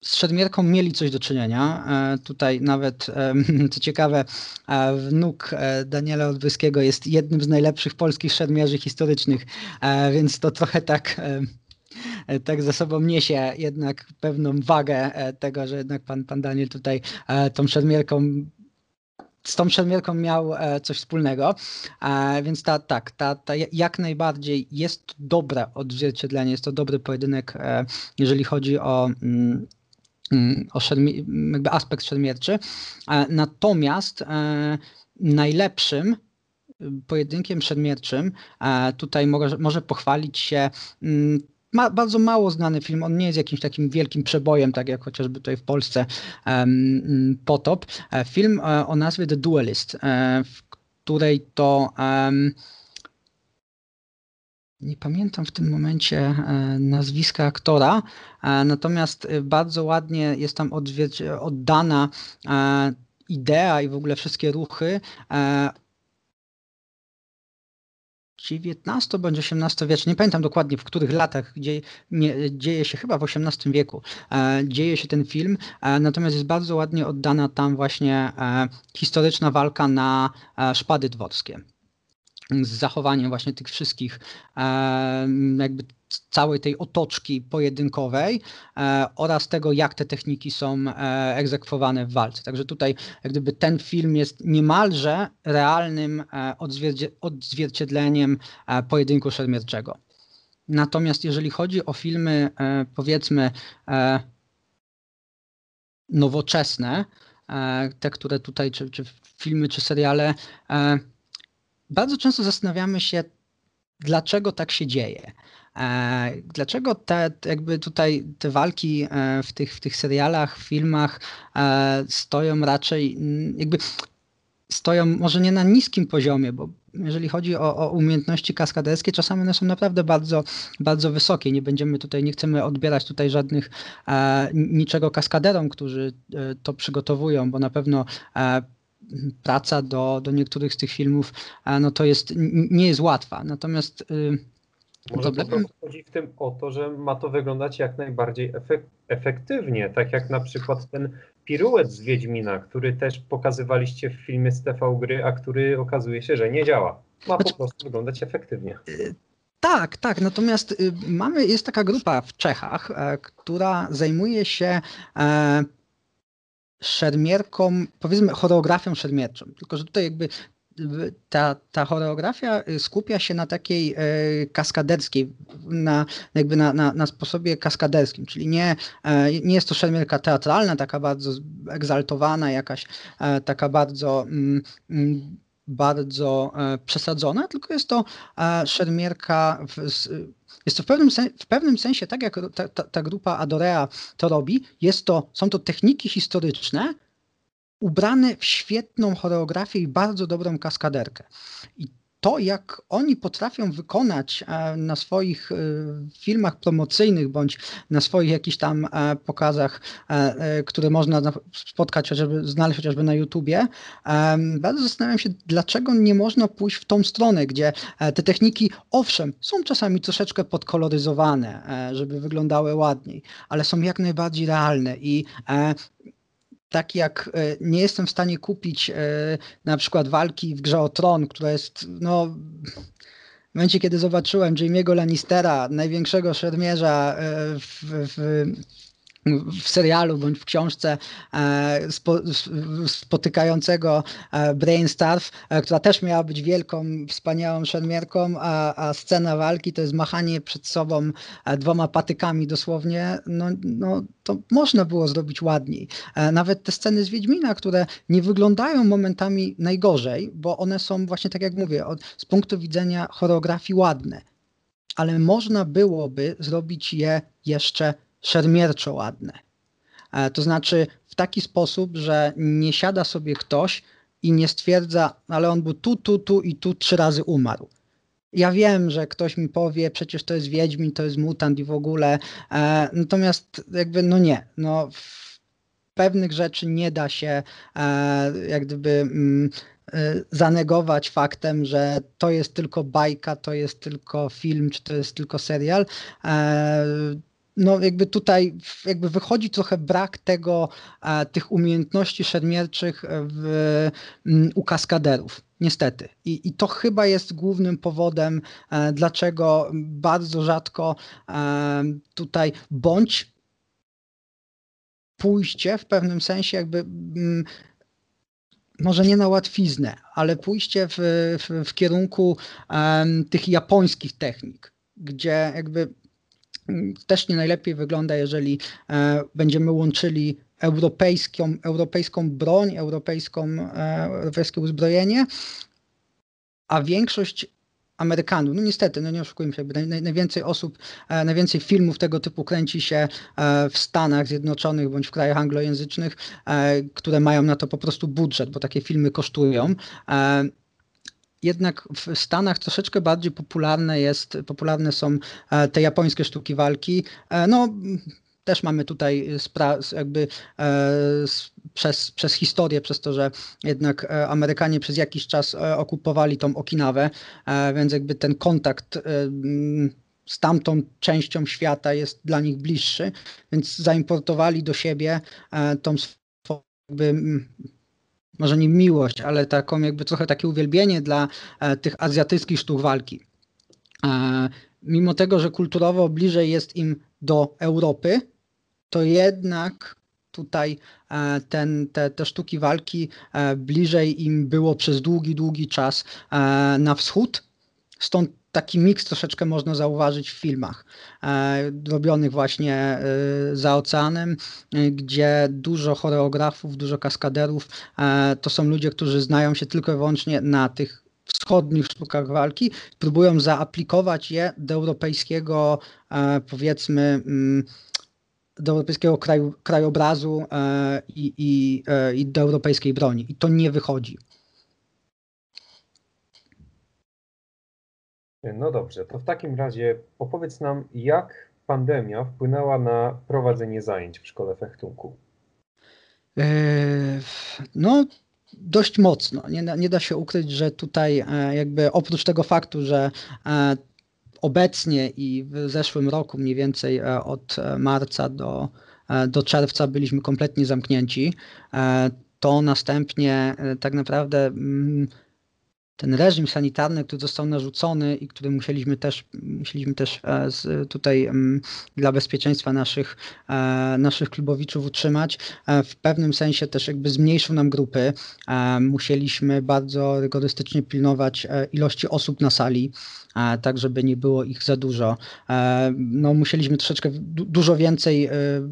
z szermierką mieli coś do czynienia. Tutaj nawet, co ciekawe, wnuk Daniela Olbryskiego jest jednym z najlepszych polskich szermierzy historycznych, więc to trochę tak, tak za sobą niesie jednak pewną wagę tego, że jednak pan, pan Daniel tutaj tą szermierką z tą szermierką miał coś wspólnego, więc ta, tak, ta, ta jak najbardziej jest to dobre odzwierciedlenie, jest to dobry pojedynek, jeżeli chodzi o o szermi, jakby aspekt szermierczy. Natomiast najlepszym pojedynkiem szermierczym tutaj może, może pochwalić się ma bardzo mało znany film. On nie jest jakimś takim wielkim przebojem, tak jak chociażby tutaj w Polsce um, Potop. Film o nazwie The Duelist, w której to um, nie pamiętam w tym momencie nazwiska aktora, natomiast bardzo ładnie jest tam oddana idea i w ogóle wszystkie ruchy dziewiętnasto bądź osiemnastowieczne, nie pamiętam dokładnie w których latach, gdzie nie, dzieje się chyba w osiemnastym wieku, dzieje się ten film, natomiast jest bardzo ładnie oddana tam właśnie historyczna walka na szpady dworskie. Z zachowaniem właśnie tych wszystkich, jakby całej tej otoczki pojedynkowej oraz tego, jak te techniki są egzekwowane w walce. Także tutaj jak gdyby ten film jest niemalże realnym odzwierciedleniem pojedynku szermierczego. Natomiast jeżeli chodzi o filmy, powiedzmy, nowoczesne, te, które tutaj, czy, czy filmy, czy seriale, bardzo często zastanawiamy się, dlaczego tak się dzieje. Dlaczego te, jakby tutaj te walki w tych, w tych serialach, filmach stoją raczej, jakby stoją może nie na niskim poziomie, bo jeżeli chodzi o, o umiejętności kaskaderskie, czasami one są naprawdę bardzo, bardzo wysokie. Nie będziemy tutaj, nie chcemy odbierać tutaj żadnych niczego kaskaderom, którzy to przygotowują, bo na pewno praca do, do niektórych z tych filmów, no to jest, nie jest łatwa. Natomiast może po prostu chodzi w tym o to, że ma to wyglądać jak najbardziej efek efektywnie, tak jak na przykład ten piruet z Wiedźmina, który też pokazywaliście w filmie z T V Gry, a który okazuje się, że nie działa. Ma po prostu wyglądać efektywnie. Tak, tak. Natomiast mamy, jest taka grupa w Czechach, która zajmuje się szermierką, powiedzmy choreografią szermierczą, tylko że tutaj jakby ta, ta choreografia skupia się na takiej kaskaderskiej, na, jakby na, na, na sposobie kaskaderskim, czyli nie, nie jest to szermierka teatralna, taka bardzo egzaltowana, jakaś taka bardzo bardzo przesadzona, tylko jest to szermierka w, jest to w pewnym, sen, w pewnym sensie, tak jak ta, ta, ta grupa Adorea to robi, jest to, są to techniki historyczne ubrane w świetną choreografię i bardzo dobrą kaskaderkę. I to, jak oni potrafią wykonać na swoich filmach promocyjnych bądź na swoich jakichś tam pokazach, które można spotkać, chociażby, znaleźć chociażby na YouTubie, bardzo zastanawiam się, dlaczego nie można pójść w tą stronę, gdzie te techniki, owszem, są czasami troszeczkę podkoloryzowane, żeby wyglądały ładniej, ale są jak najbardziej realne i tak jak nie jestem w stanie kupić na przykład walki w Grze o Tron, która jest, no, w momencie, kiedy zobaczyłem Jaime'ego Lannistera, największego szermierza w, w, w serialu bądź w książce spo, spotykającego Brienne of Tarth, która też miała być wielką, wspaniałą szermierką, a, a scena walki to jest machanie przed sobą dwoma patykami dosłownie, no, no to można było zrobić ładniej. Nawet te sceny z Wiedźmina, które nie wyglądają momentami najgorzej, bo one są właśnie, tak jak mówię, od, z punktu widzenia choreografii ładne, ale można byłoby zrobić je jeszcze szermierczo ładne. To znaczy w taki sposób, że nie siada sobie ktoś i nie stwierdza, ale on był tu, tu, tu i tu trzy razy umarł. Ja wiem, że ktoś mi powie, przecież to jest Wiedźmin, to jest mutant i w ogóle, natomiast jakby no nie, no pewnych rzeczy nie da się jak gdyby zanegować faktem, że to jest tylko bajka, to jest tylko film, czy to jest tylko serial. no jakby tutaj jakby wychodzi trochę brak tego, tych umiejętności szermierczych w, u kaskaderów. Niestety. I, I to chyba jest głównym powodem, dlaczego bardzo rzadko tutaj bądź pójście w pewnym sensie jakby może nie na łatwiznę, ale pójście w, w, w kierunku um, tych japońskich technik, gdzie jakby też nie najlepiej wygląda, jeżeli e, będziemy łączyli europejską, europejską broń, europejską, e, europejskie uzbrojenie, a większość Amerykanów, no niestety, no nie oszukujmy się, naj, najwięcej osób, e, najwięcej filmów tego typu kręci się e, w Stanach Zjednoczonych bądź w krajach anglojęzycznych, e, które mają na to po prostu budżet, bo takie filmy kosztują. E, Jednak w Stanach troszeczkę bardziej popularne jest, popularne są te japońskie sztuki walki. No, też mamy tutaj spra- jakby e, przez, przez historię, przez to, że jednak Amerykanie przez jakiś czas okupowali tą Okinawę, e, więc jakby ten kontakt e, z tamtą częścią świata jest dla nich bliższy, więc zaimportowali do siebie e, tą swoją jakby może nie miłość, ale taką jakby trochę takie uwielbienie dla e, tych azjatyckich sztuk walki. E, mimo tego, że kulturowo bliżej jest im do Europy, to jednak tutaj e, ten, te, te sztuki walki e, bliżej im było przez długi, długi czas e, na wschód. Stąd taki miks troszeczkę można zauważyć w filmach e, robionych właśnie e, za oceanem, e, gdzie dużo choreografów, dużo kaskaderów e, to są ludzie, którzy znają się tylko i wyłącznie na tych wschodnich sztukach walki, próbują zaaplikować je do europejskiego, e, powiedzmy, mm, do europejskiego kraju, krajobrazu e, i, i, e, i do europejskiej broni. I to nie wychodzi. No dobrze, to w takim razie opowiedz nam, jak pandemia wpłynęła na prowadzenie zajęć w szkole fechtunku. No, dość mocno. Nie, nie da się ukryć, że tutaj jakby oprócz tego faktu, że obecnie i w zeszłym roku mniej więcej od marca do, do czerwca byliśmy kompletnie zamknięci, to następnie tak naprawdę ten reżim sanitarny, który został narzucony i który musieliśmy też, musieliśmy też tutaj dla bezpieczeństwa naszych, naszych klubowiczów utrzymać, w pewnym sensie też jakby zmniejszył nam grupy. Musieliśmy bardzo rygorystycznie pilnować ilości osób na sali, tak żeby nie było ich za dużo. No, musieliśmy troszeczkę dużo więcej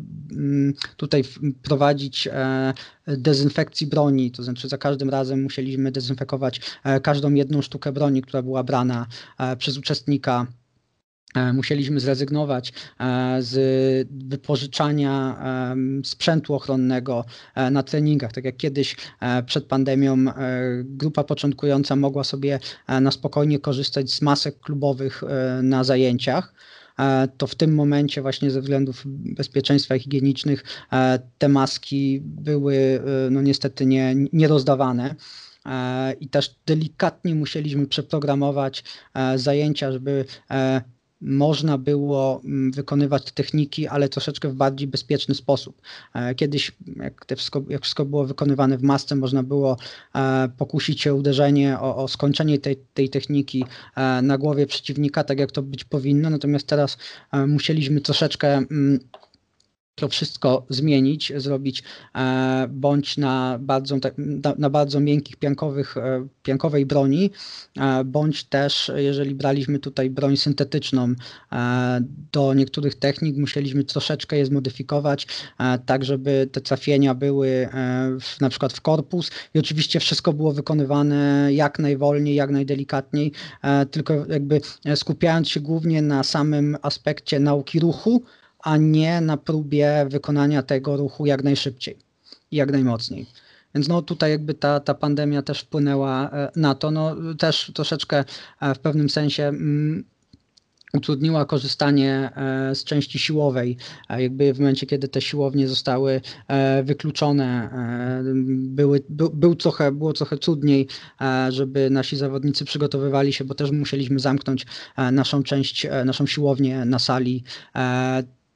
tutaj prowadzić dezynfekcji broni, to znaczy za każdym razem musieliśmy dezynfekować każdą jedną sztukę broni, która była brana przez uczestnika. Musieliśmy zrezygnować z wypożyczania sprzętu ochronnego na treningach. Tak jak kiedyś przed pandemią grupa początkująca mogła sobie na spokojnie korzystać z masek klubowych na zajęciach, to w tym momencie właśnie ze względów bezpieczeństwa higienicznych te maski były no niestety nie, nie rozdawane. I też delikatnie musieliśmy przeprogramować zajęcia, żeby można było wykonywać te techniki, ale troszeczkę w bardziej bezpieczny sposób. Kiedyś, jak, te wszystko, jak wszystko było wykonywane w masce, można było pokusić się o uderzenie, o, o skończenie tej, tej techniki na głowie przeciwnika, tak jak to być powinno, natomiast teraz musieliśmy troszeczkę to wszystko zmienić, zrobić e, bądź na bardzo, na, na bardzo miękkich piankowych, e, piankowej broni, e, bądź też jeżeli braliśmy tutaj broń syntetyczną e, do niektórych technik, musieliśmy troszeczkę je zmodyfikować, e, tak żeby te trafienia były e, w, na przykład w korpus i oczywiście wszystko było wykonywane jak najwolniej, jak najdelikatniej, e, tylko jakby skupiając się głównie na samym aspekcie nauki ruchu, a nie na próbie wykonania tego ruchu jak najszybciej i jak najmocniej. Więc no tutaj jakby ta, ta pandemia też wpłynęła na to, no też troszeczkę w pewnym sensie mm, utrudniła korzystanie z części siłowej, jakby w momencie, kiedy te siłownie zostały wykluczone, były, by, był trochę, było trochę trudniej, żeby nasi zawodnicy przygotowywali się, bo też musieliśmy zamknąć naszą część, naszą siłownię na sali.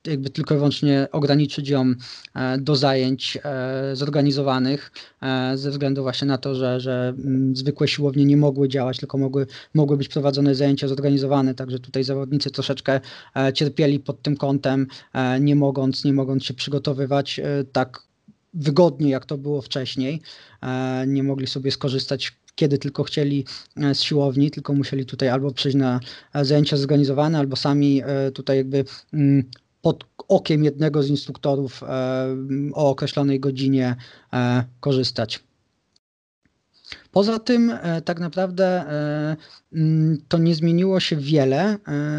jakby tylko i wyłącznie ograniczyć ją do zajęć zorganizowanych ze względu właśnie na to, że, że zwykłe siłownie nie mogły działać, tylko mogły, mogły być prowadzone zajęcia zorganizowane, także tutaj zawodnicy troszeczkę cierpieli pod tym kątem, nie mogąc, nie mogąc się przygotowywać tak wygodnie, jak to było wcześniej. Nie mogli sobie skorzystać kiedy tylko chcieli z siłowni, tylko musieli tutaj albo przyjść na zajęcia zorganizowane, albo sami tutaj jakby pod okiem jednego z instruktorów o określonej godzinie korzystać. Poza tym tak naprawdę to nie zmieniło się wiele.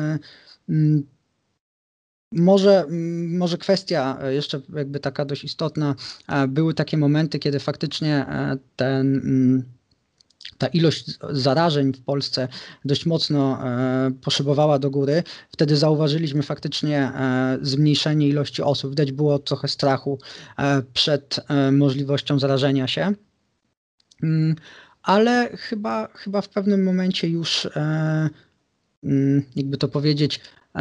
Może, może kwestia jeszcze jakby taka dość istotna, były takie momenty, kiedy faktycznie ten, ta ilość zarażeń w Polsce dość mocno poszybowała do góry. Wtedy zauważyliśmy faktycznie zmniejszenie ilości osób. Widać było trochę strachu przed możliwością zarażenia się. Ale chyba, chyba w pewnym momencie już, jakby to powiedzieć,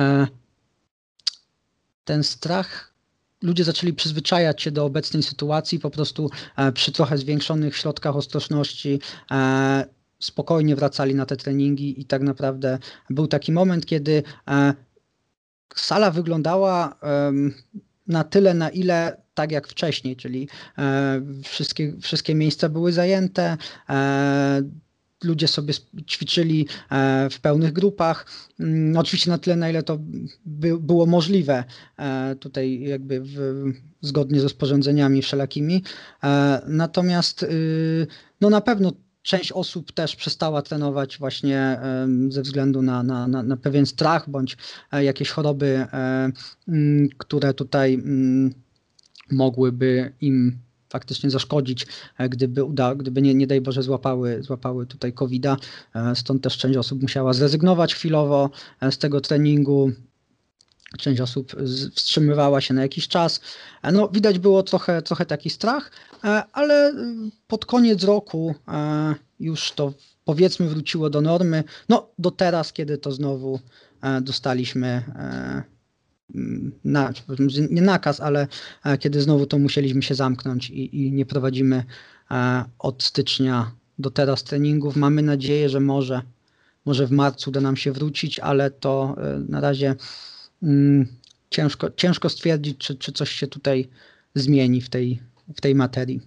ten strach, ludzie zaczęli przyzwyczajać się do obecnej sytuacji, po prostu przy trochę zwiększonych środkach ostrożności spokojnie wracali na te treningi i tak naprawdę był taki moment, kiedy sala wyglądała na tyle, na ile tak jak wcześniej, czyli wszystkie, wszystkie miejsca były zajęte, ludzie sobie ćwiczyli w pełnych grupach, oczywiście na tyle, na ile to by, było możliwe tutaj jakby w, zgodnie z rozporządzeniami wszelakimi, natomiast no na pewno część osób też przestała trenować właśnie ze względu na, na, na, na pewien strach bądź jakieś choroby, które tutaj mogłyby im faktycznie zaszkodzić, gdyby uda, gdyby nie, nie daj Boże złapały, złapały tutaj kowida. Stąd też część osób musiała zrezygnować chwilowo z tego treningu. Część osób wstrzymywała się na jakiś czas. No, widać było trochę, trochę taki strach, ale pod koniec roku już to powiedzmy wróciło do normy. No, do teraz, kiedy to znowu dostaliśmy na, nie nakaz, ale kiedy znowu to musieliśmy się zamknąć i, i nie prowadzimy od stycznia do teraz treningów. Mamy nadzieję, że może, może w marcu uda nam się wrócić, ale to na razie ciężko, ciężko stwierdzić, czy, czy coś się tutaj zmieni w tej, w tej materii.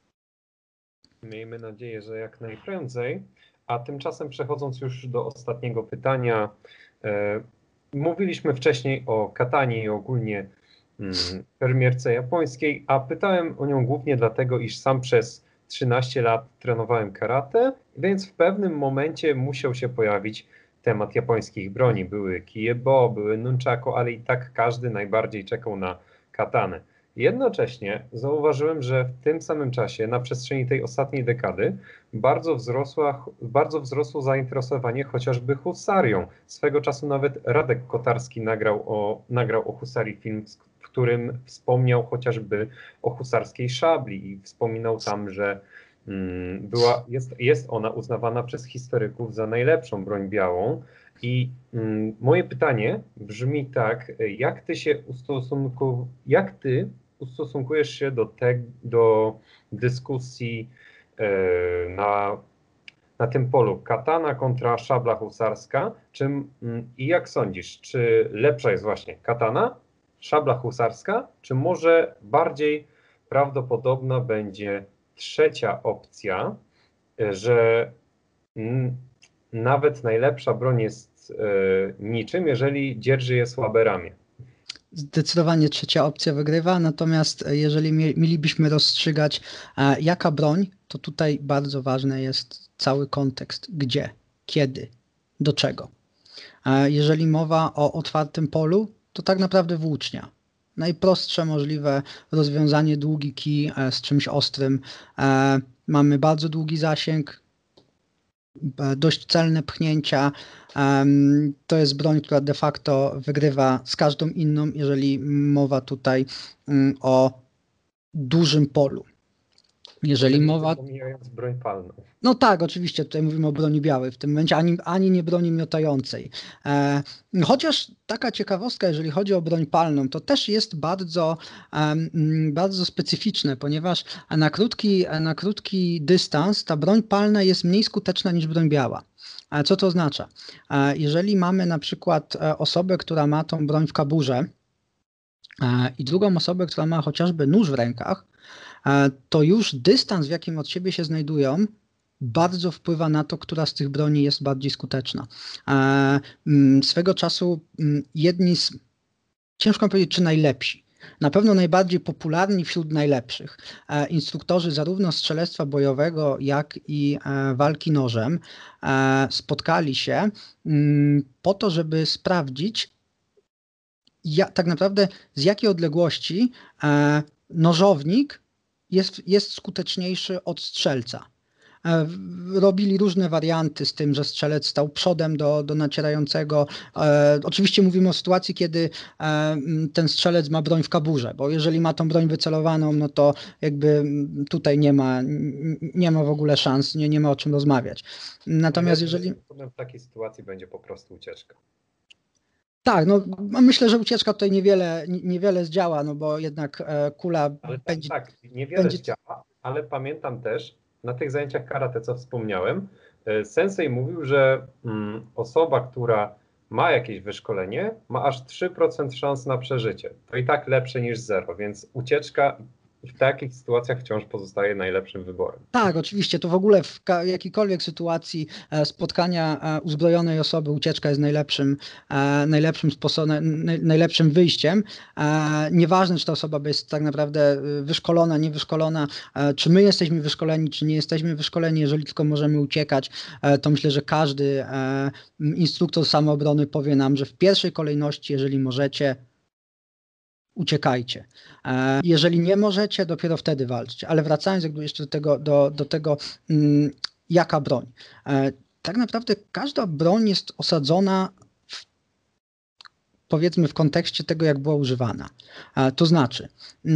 Miejmy nadzieję, że jak najprędzej. A tymczasem przechodząc już do ostatniego pytania, e, mówiliśmy wcześniej o katanie i ogólnie mm, szermierce japońskiej, a pytałem o nią głównie dlatego, iż sam przez trzynaście lat trenowałem karate, więc w pewnym momencie musiał się pojawić temat japońskich broni. Były kije-bo, były nunchaku, ale i tak każdy najbardziej czekał na katanę. Jednocześnie zauważyłem, że w tym samym czasie, na przestrzeni tej ostatniej dekady, bardzo, wzrosła, bardzo wzrosło zainteresowanie chociażby husarią. Swego czasu nawet Radek Kotarski nagrał o, nagrał o husarii film, w którym wspomniał chociażby o husarskiej szabli i wspominał tam, że mm, była, jest, jest ona uznawana przez historyków za najlepszą broń białą. I mm, moje pytanie brzmi tak, jak ty się ustosunku, jak ty ustosunkujesz się do, te, do dyskusji e, na, na tym polu katana kontra szabla husarska, czy, mm, i jak sądzisz, czy lepsza jest właśnie katana, szabla husarska, czy może bardziej prawdopodobna będzie trzecia opcja, że mm, nawet najlepsza broń jest e, niczym, jeżeli dzierży je słabe ramię. Zdecydowanie trzecia opcja wygrywa, natomiast jeżeli mielibyśmy rozstrzygać e, jaka broń, to tutaj bardzo ważny jest cały kontekst. Gdzie, kiedy, do czego. E, jeżeli mowa o otwartym polu, to tak naprawdę włócznia. Najprostsze możliwe rozwiązanie, długi kij e, z czymś ostrym. E, mamy bardzo długi zasięg, dość celne pchnięcia. To jest broń, która de facto wygrywa z każdą inną, jeżeli mowa tutaj o dużym polu. Jeżeli Oczywiście mowa... pomijając broń palną. No tak, oczywiście, tutaj mówimy o broni białej w tym momencie, ani, ani nie broni miotającej. E, chociaż taka ciekawostka, jeżeli chodzi o broń palną, to też jest bardzo, em, bardzo specyficzne, ponieważ na krótki, na krótki dystans ta broń palna jest mniej skuteczna niż broń biała. A co to oznacza? E, jeżeli mamy na przykład e, osobę, która ma tą broń w kaburze e, i drugą osobę, która ma chociażby nóż w rękach, e, to już dystans, w jakim od siebie się znajdują, bardzo wpływa na to, która z tych broni jest bardziej skuteczna. E, mm, swego czasu mm, jedni z, ciężko powiedzieć, czy najlepsi, na pewno najbardziej popularni wśród najlepszych e, instruktorzy zarówno strzelectwa bojowego, jak i e, walki nożem e, spotkali się mm, po to, żeby sprawdzić, ja, tak naprawdę z jakiej odległości e, nożownik jest, jest skuteczniejszy od strzelca. E, Robili różne warianty z tym, że strzelec stał przodem do, do nacierającego. E, oczywiście mówimy o sytuacji, kiedy e, ten strzelec ma broń w kaburze, bo jeżeli ma tą broń wycelowaną, no to jakby tutaj nie ma, nie ma w ogóle szans, nie, nie ma o czym rozmawiać. Natomiast jeżeli... W takiej sytuacji będzie po prostu ucieczka. Tak, no myślę, że ucieczka tutaj niewiele, niewiele zdziała, no bo jednak e, kula ale będzie... Tak, tak niewiele będzie... zdziała, ale pamiętam też, na tych zajęciach karate, co wspomniałem, sensei mówił, że mm, osoba, która ma jakieś wyszkolenie, ma aż trzy procent szans na przeżycie. To i tak lepsze niż zero, więc ucieczka w takich sytuacjach wciąż pozostaje najlepszym wyborem. Tak, oczywiście, to w ogóle w jakiejkolwiek sytuacji spotkania uzbrojonej osoby ucieczka jest najlepszym, najlepszym sposobem, najlepszym wyjściem. Nieważne, czy ta osoba jest tak naprawdę wyszkolona, niewyszkolona, czy my jesteśmy wyszkoleni, czy nie jesteśmy wyszkoleni, jeżeli tylko możemy uciekać, to myślę, że każdy instruktor samoobrony powie nam, że w pierwszej kolejności, jeżeli możecie, uciekajcie. Jeżeli nie możecie, dopiero wtedy walczcie. Ale wracając jakby jeszcze do tego, do, do tego jaka broń. Tak naprawdę każda broń jest osadzona w, powiedzmy w kontekście tego, jak była używana. To znaczy,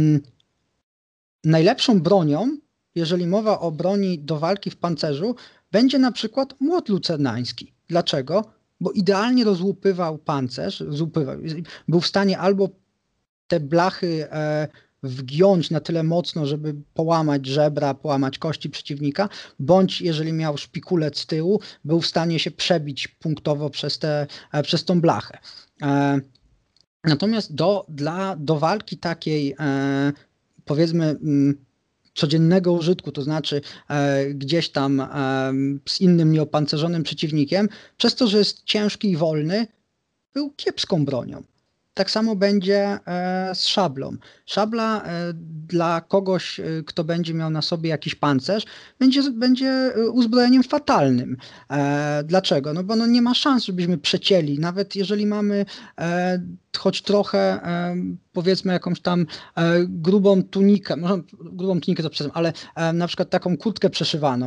najlepszą bronią, jeżeli mowa o broni do walki w pancerzu, będzie na przykład młot lucernański. Dlaczego? Bo idealnie rozłupywał pancerz, rozłupywał, był w stanie albo te blachy e, wgiąć na tyle mocno, żeby połamać żebra, połamać kości przeciwnika, bądź jeżeli miał szpikulec z tyłu, był w stanie się przebić punktowo przez, te, e, przez tą blachę. E, natomiast do, dla, do walki takiej, e, powiedzmy, m, codziennego użytku, to znaczy e, gdzieś tam e, z innym nieopancerzonym przeciwnikiem, przez to, że jest ciężki i wolny, był kiepską bronią. Tak samo będzie z szablą. Szabla dla kogoś, kto będzie miał na sobie jakiś pancerz, będzie, będzie uzbrojeniem fatalnym. Dlaczego? No bo no nie ma szans, żebyśmy przecięli. Nawet jeżeli mamy choć trochę, powiedzmy, jakąś tam grubą tunikę, może grubą tunikę to przesadzam, ale na przykład taką kurtkę przeszywaną,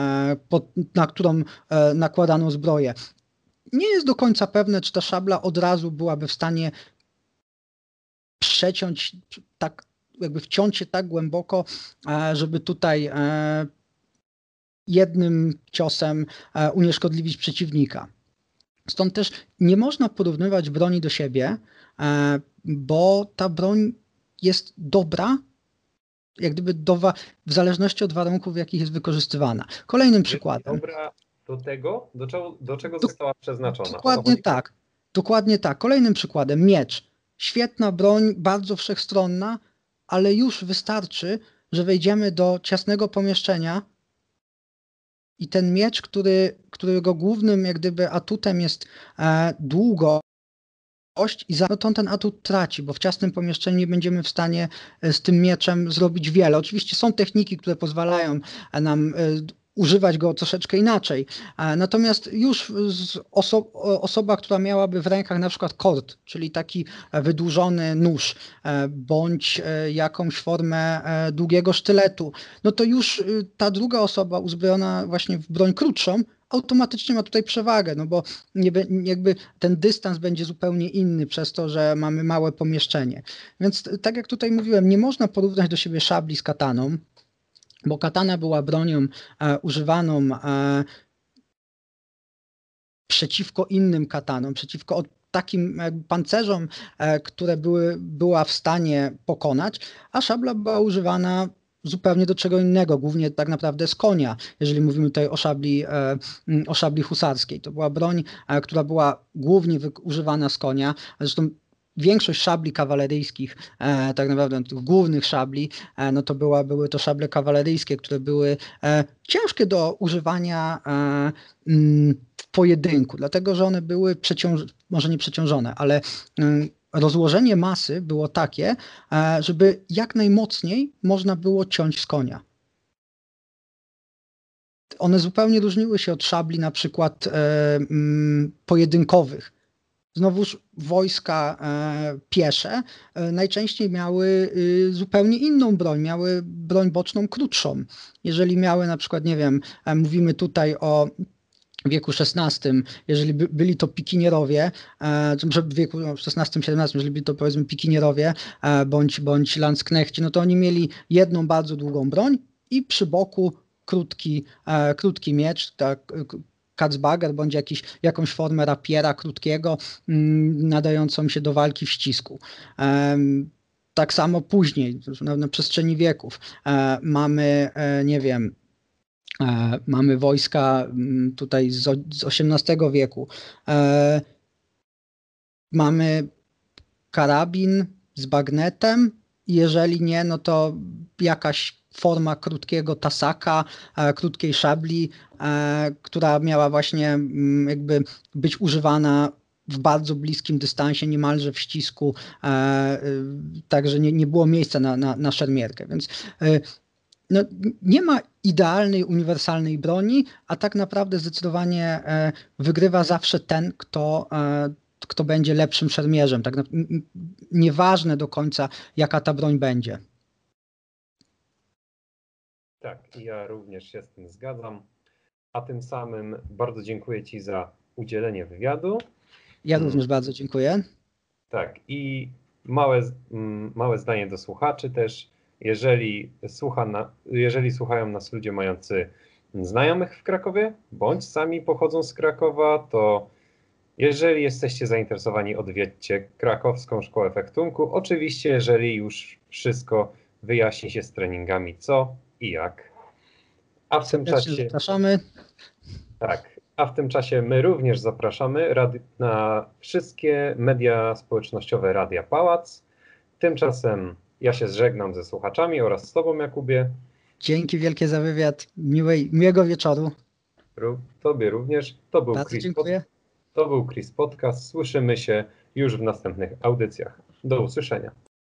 na którą nakładano zbroję. Nie jest do końca pewne, czy ta szabla od razu byłaby w stanie przeciąć, tak jakby wciąć się tak głęboko, żeby tutaj jednym ciosem unieszkodliwić przeciwnika. Stąd też nie można porównywać broni do siebie, bo ta broń jest dobra, jak gdyby do, w zależności od warunków, w jakich jest wykorzystywana. Kolejnym jest przykładem. Dobra do tego, do czego, do czego została przeznaczona. Dokładnie tak. Dokładnie tak. Kolejnym przykładem miecz. Świetna broń, bardzo wszechstronna, ale już wystarczy, że wejdziemy do ciasnego pomieszczenia i ten miecz, który, którego głównym jak gdyby atutem jest e, długość, i za to on ten atut traci, bo w ciasnym pomieszczeniu nie będziemy w stanie z tym mieczem zrobić wiele. Oczywiście są techniki, które pozwalają nam e, używać go troszeczkę inaczej. Natomiast już oso osoba, która miałaby w rękach na przykład kord, czyli taki wydłużony nóż, bądź jakąś formę długiego sztyletu, no to już ta druga osoba uzbrojona właśnie w broń krótszą automatycznie ma tutaj przewagę, no bo nie, jakby ten dystans będzie zupełnie inny przez to, że mamy małe pomieszczenie. Więc tak jak tutaj mówiłem, nie można porównać do siebie szabli z kataną. bo katana była bronią e, używaną e, przeciwko innym katanom, przeciwko takim pancerzom, e, które były, była w stanie pokonać, a szabla była używana zupełnie do czego innego, głównie tak naprawdę z konia, jeżeli mówimy tutaj o szabli, e, o szabli husarskiej. To była broń, e, która była głównie używana z konia, zresztą większość szabli kawaleryjskich, e, tak naprawdę tych głównych szabli, e, no to była, były to szable kawaleryjskie, które były e, ciężkie do używania e, mm, w pojedynku, dlatego że one były przeciążone, może nie przeciążone, ale mm, rozłożenie masy było takie, e, żeby jak najmocniej można było ciąć z konia. One zupełnie różniły się od szabli na przykład e, mm, pojedynkowych. Znowuż wojska e, piesze e, najczęściej miały y, zupełnie inną broń, miały broń boczną krótszą. Jeżeli miały na przykład, nie wiem, e, mówimy tutaj o wieku szesnastym, jeżeli by, byli to pikinierowie, e, w wieku szesnastym siedemnastym, jeżeli byli to powiedzmy pikinierowie e, bądź, bądź landsknechci, no to oni mieli jedną bardzo długą broń i przy boku krótki, e, krótki miecz, tak, Katzbager bądź jakiś, jakąś formę rapiera krótkiego, mm, nadającą się do walki w ścisku. E, tak samo później, na, na przestrzeni wieków, e, mamy, e, nie wiem, e, mamy wojska m, tutaj z, o- z osiemnastego wieku. E, mamy karabin z bagnetem. Jeżeli nie, no to jakaś forma krótkiego tasaka, e, krótkiej szabli, e, która miała właśnie mm, jakby być używana w bardzo bliskim dystansie, niemalże w ścisku, e, y, także nie, nie było miejsca na, na, na szermierkę. Więc e, no, nie ma idealnej, uniwersalnej broni, a tak naprawdę zdecydowanie e, wygrywa zawsze ten, kto, e, kto będzie lepszym szermierzem. Tak na, n- n- nieważne do końca, jaka ta broń będzie. Tak, i ja również się z tym zgadzam. A tym samym bardzo dziękuję Ci za udzielenie wywiadu. Ja Mm, również bardzo dziękuję. Tak, i małe, z- mm, małe zdanie do słuchaczy też. Jeżeli, słucha na, jeżeli słuchają nas ludzie mający znajomych w Krakowie, bądź sami pochodzą z Krakowa, to jeżeli jesteście zainteresowani, odwiedźcie Krakowską Szkołę Fechtunku. Oczywiście, jeżeli już wszystko wyjaśni się z treningami, co i jak. A w tym Serdecznie czasie, zapraszamy. tak, a w tym czasie my również zapraszamy radi- na wszystkie media społecznościowe Radia Pałac. Tymczasem ja się żegnam ze słuchaczami oraz z Tobą, Jakubie. Dzięki wielkie za wywiad. Miłej, miłego wieczoru. Ró- Tobie również. To był Bardzo Chris, Pod- dziękuję. to był Chris Podcast. Słyszymy się już w następnych audycjach. Do usłyszenia.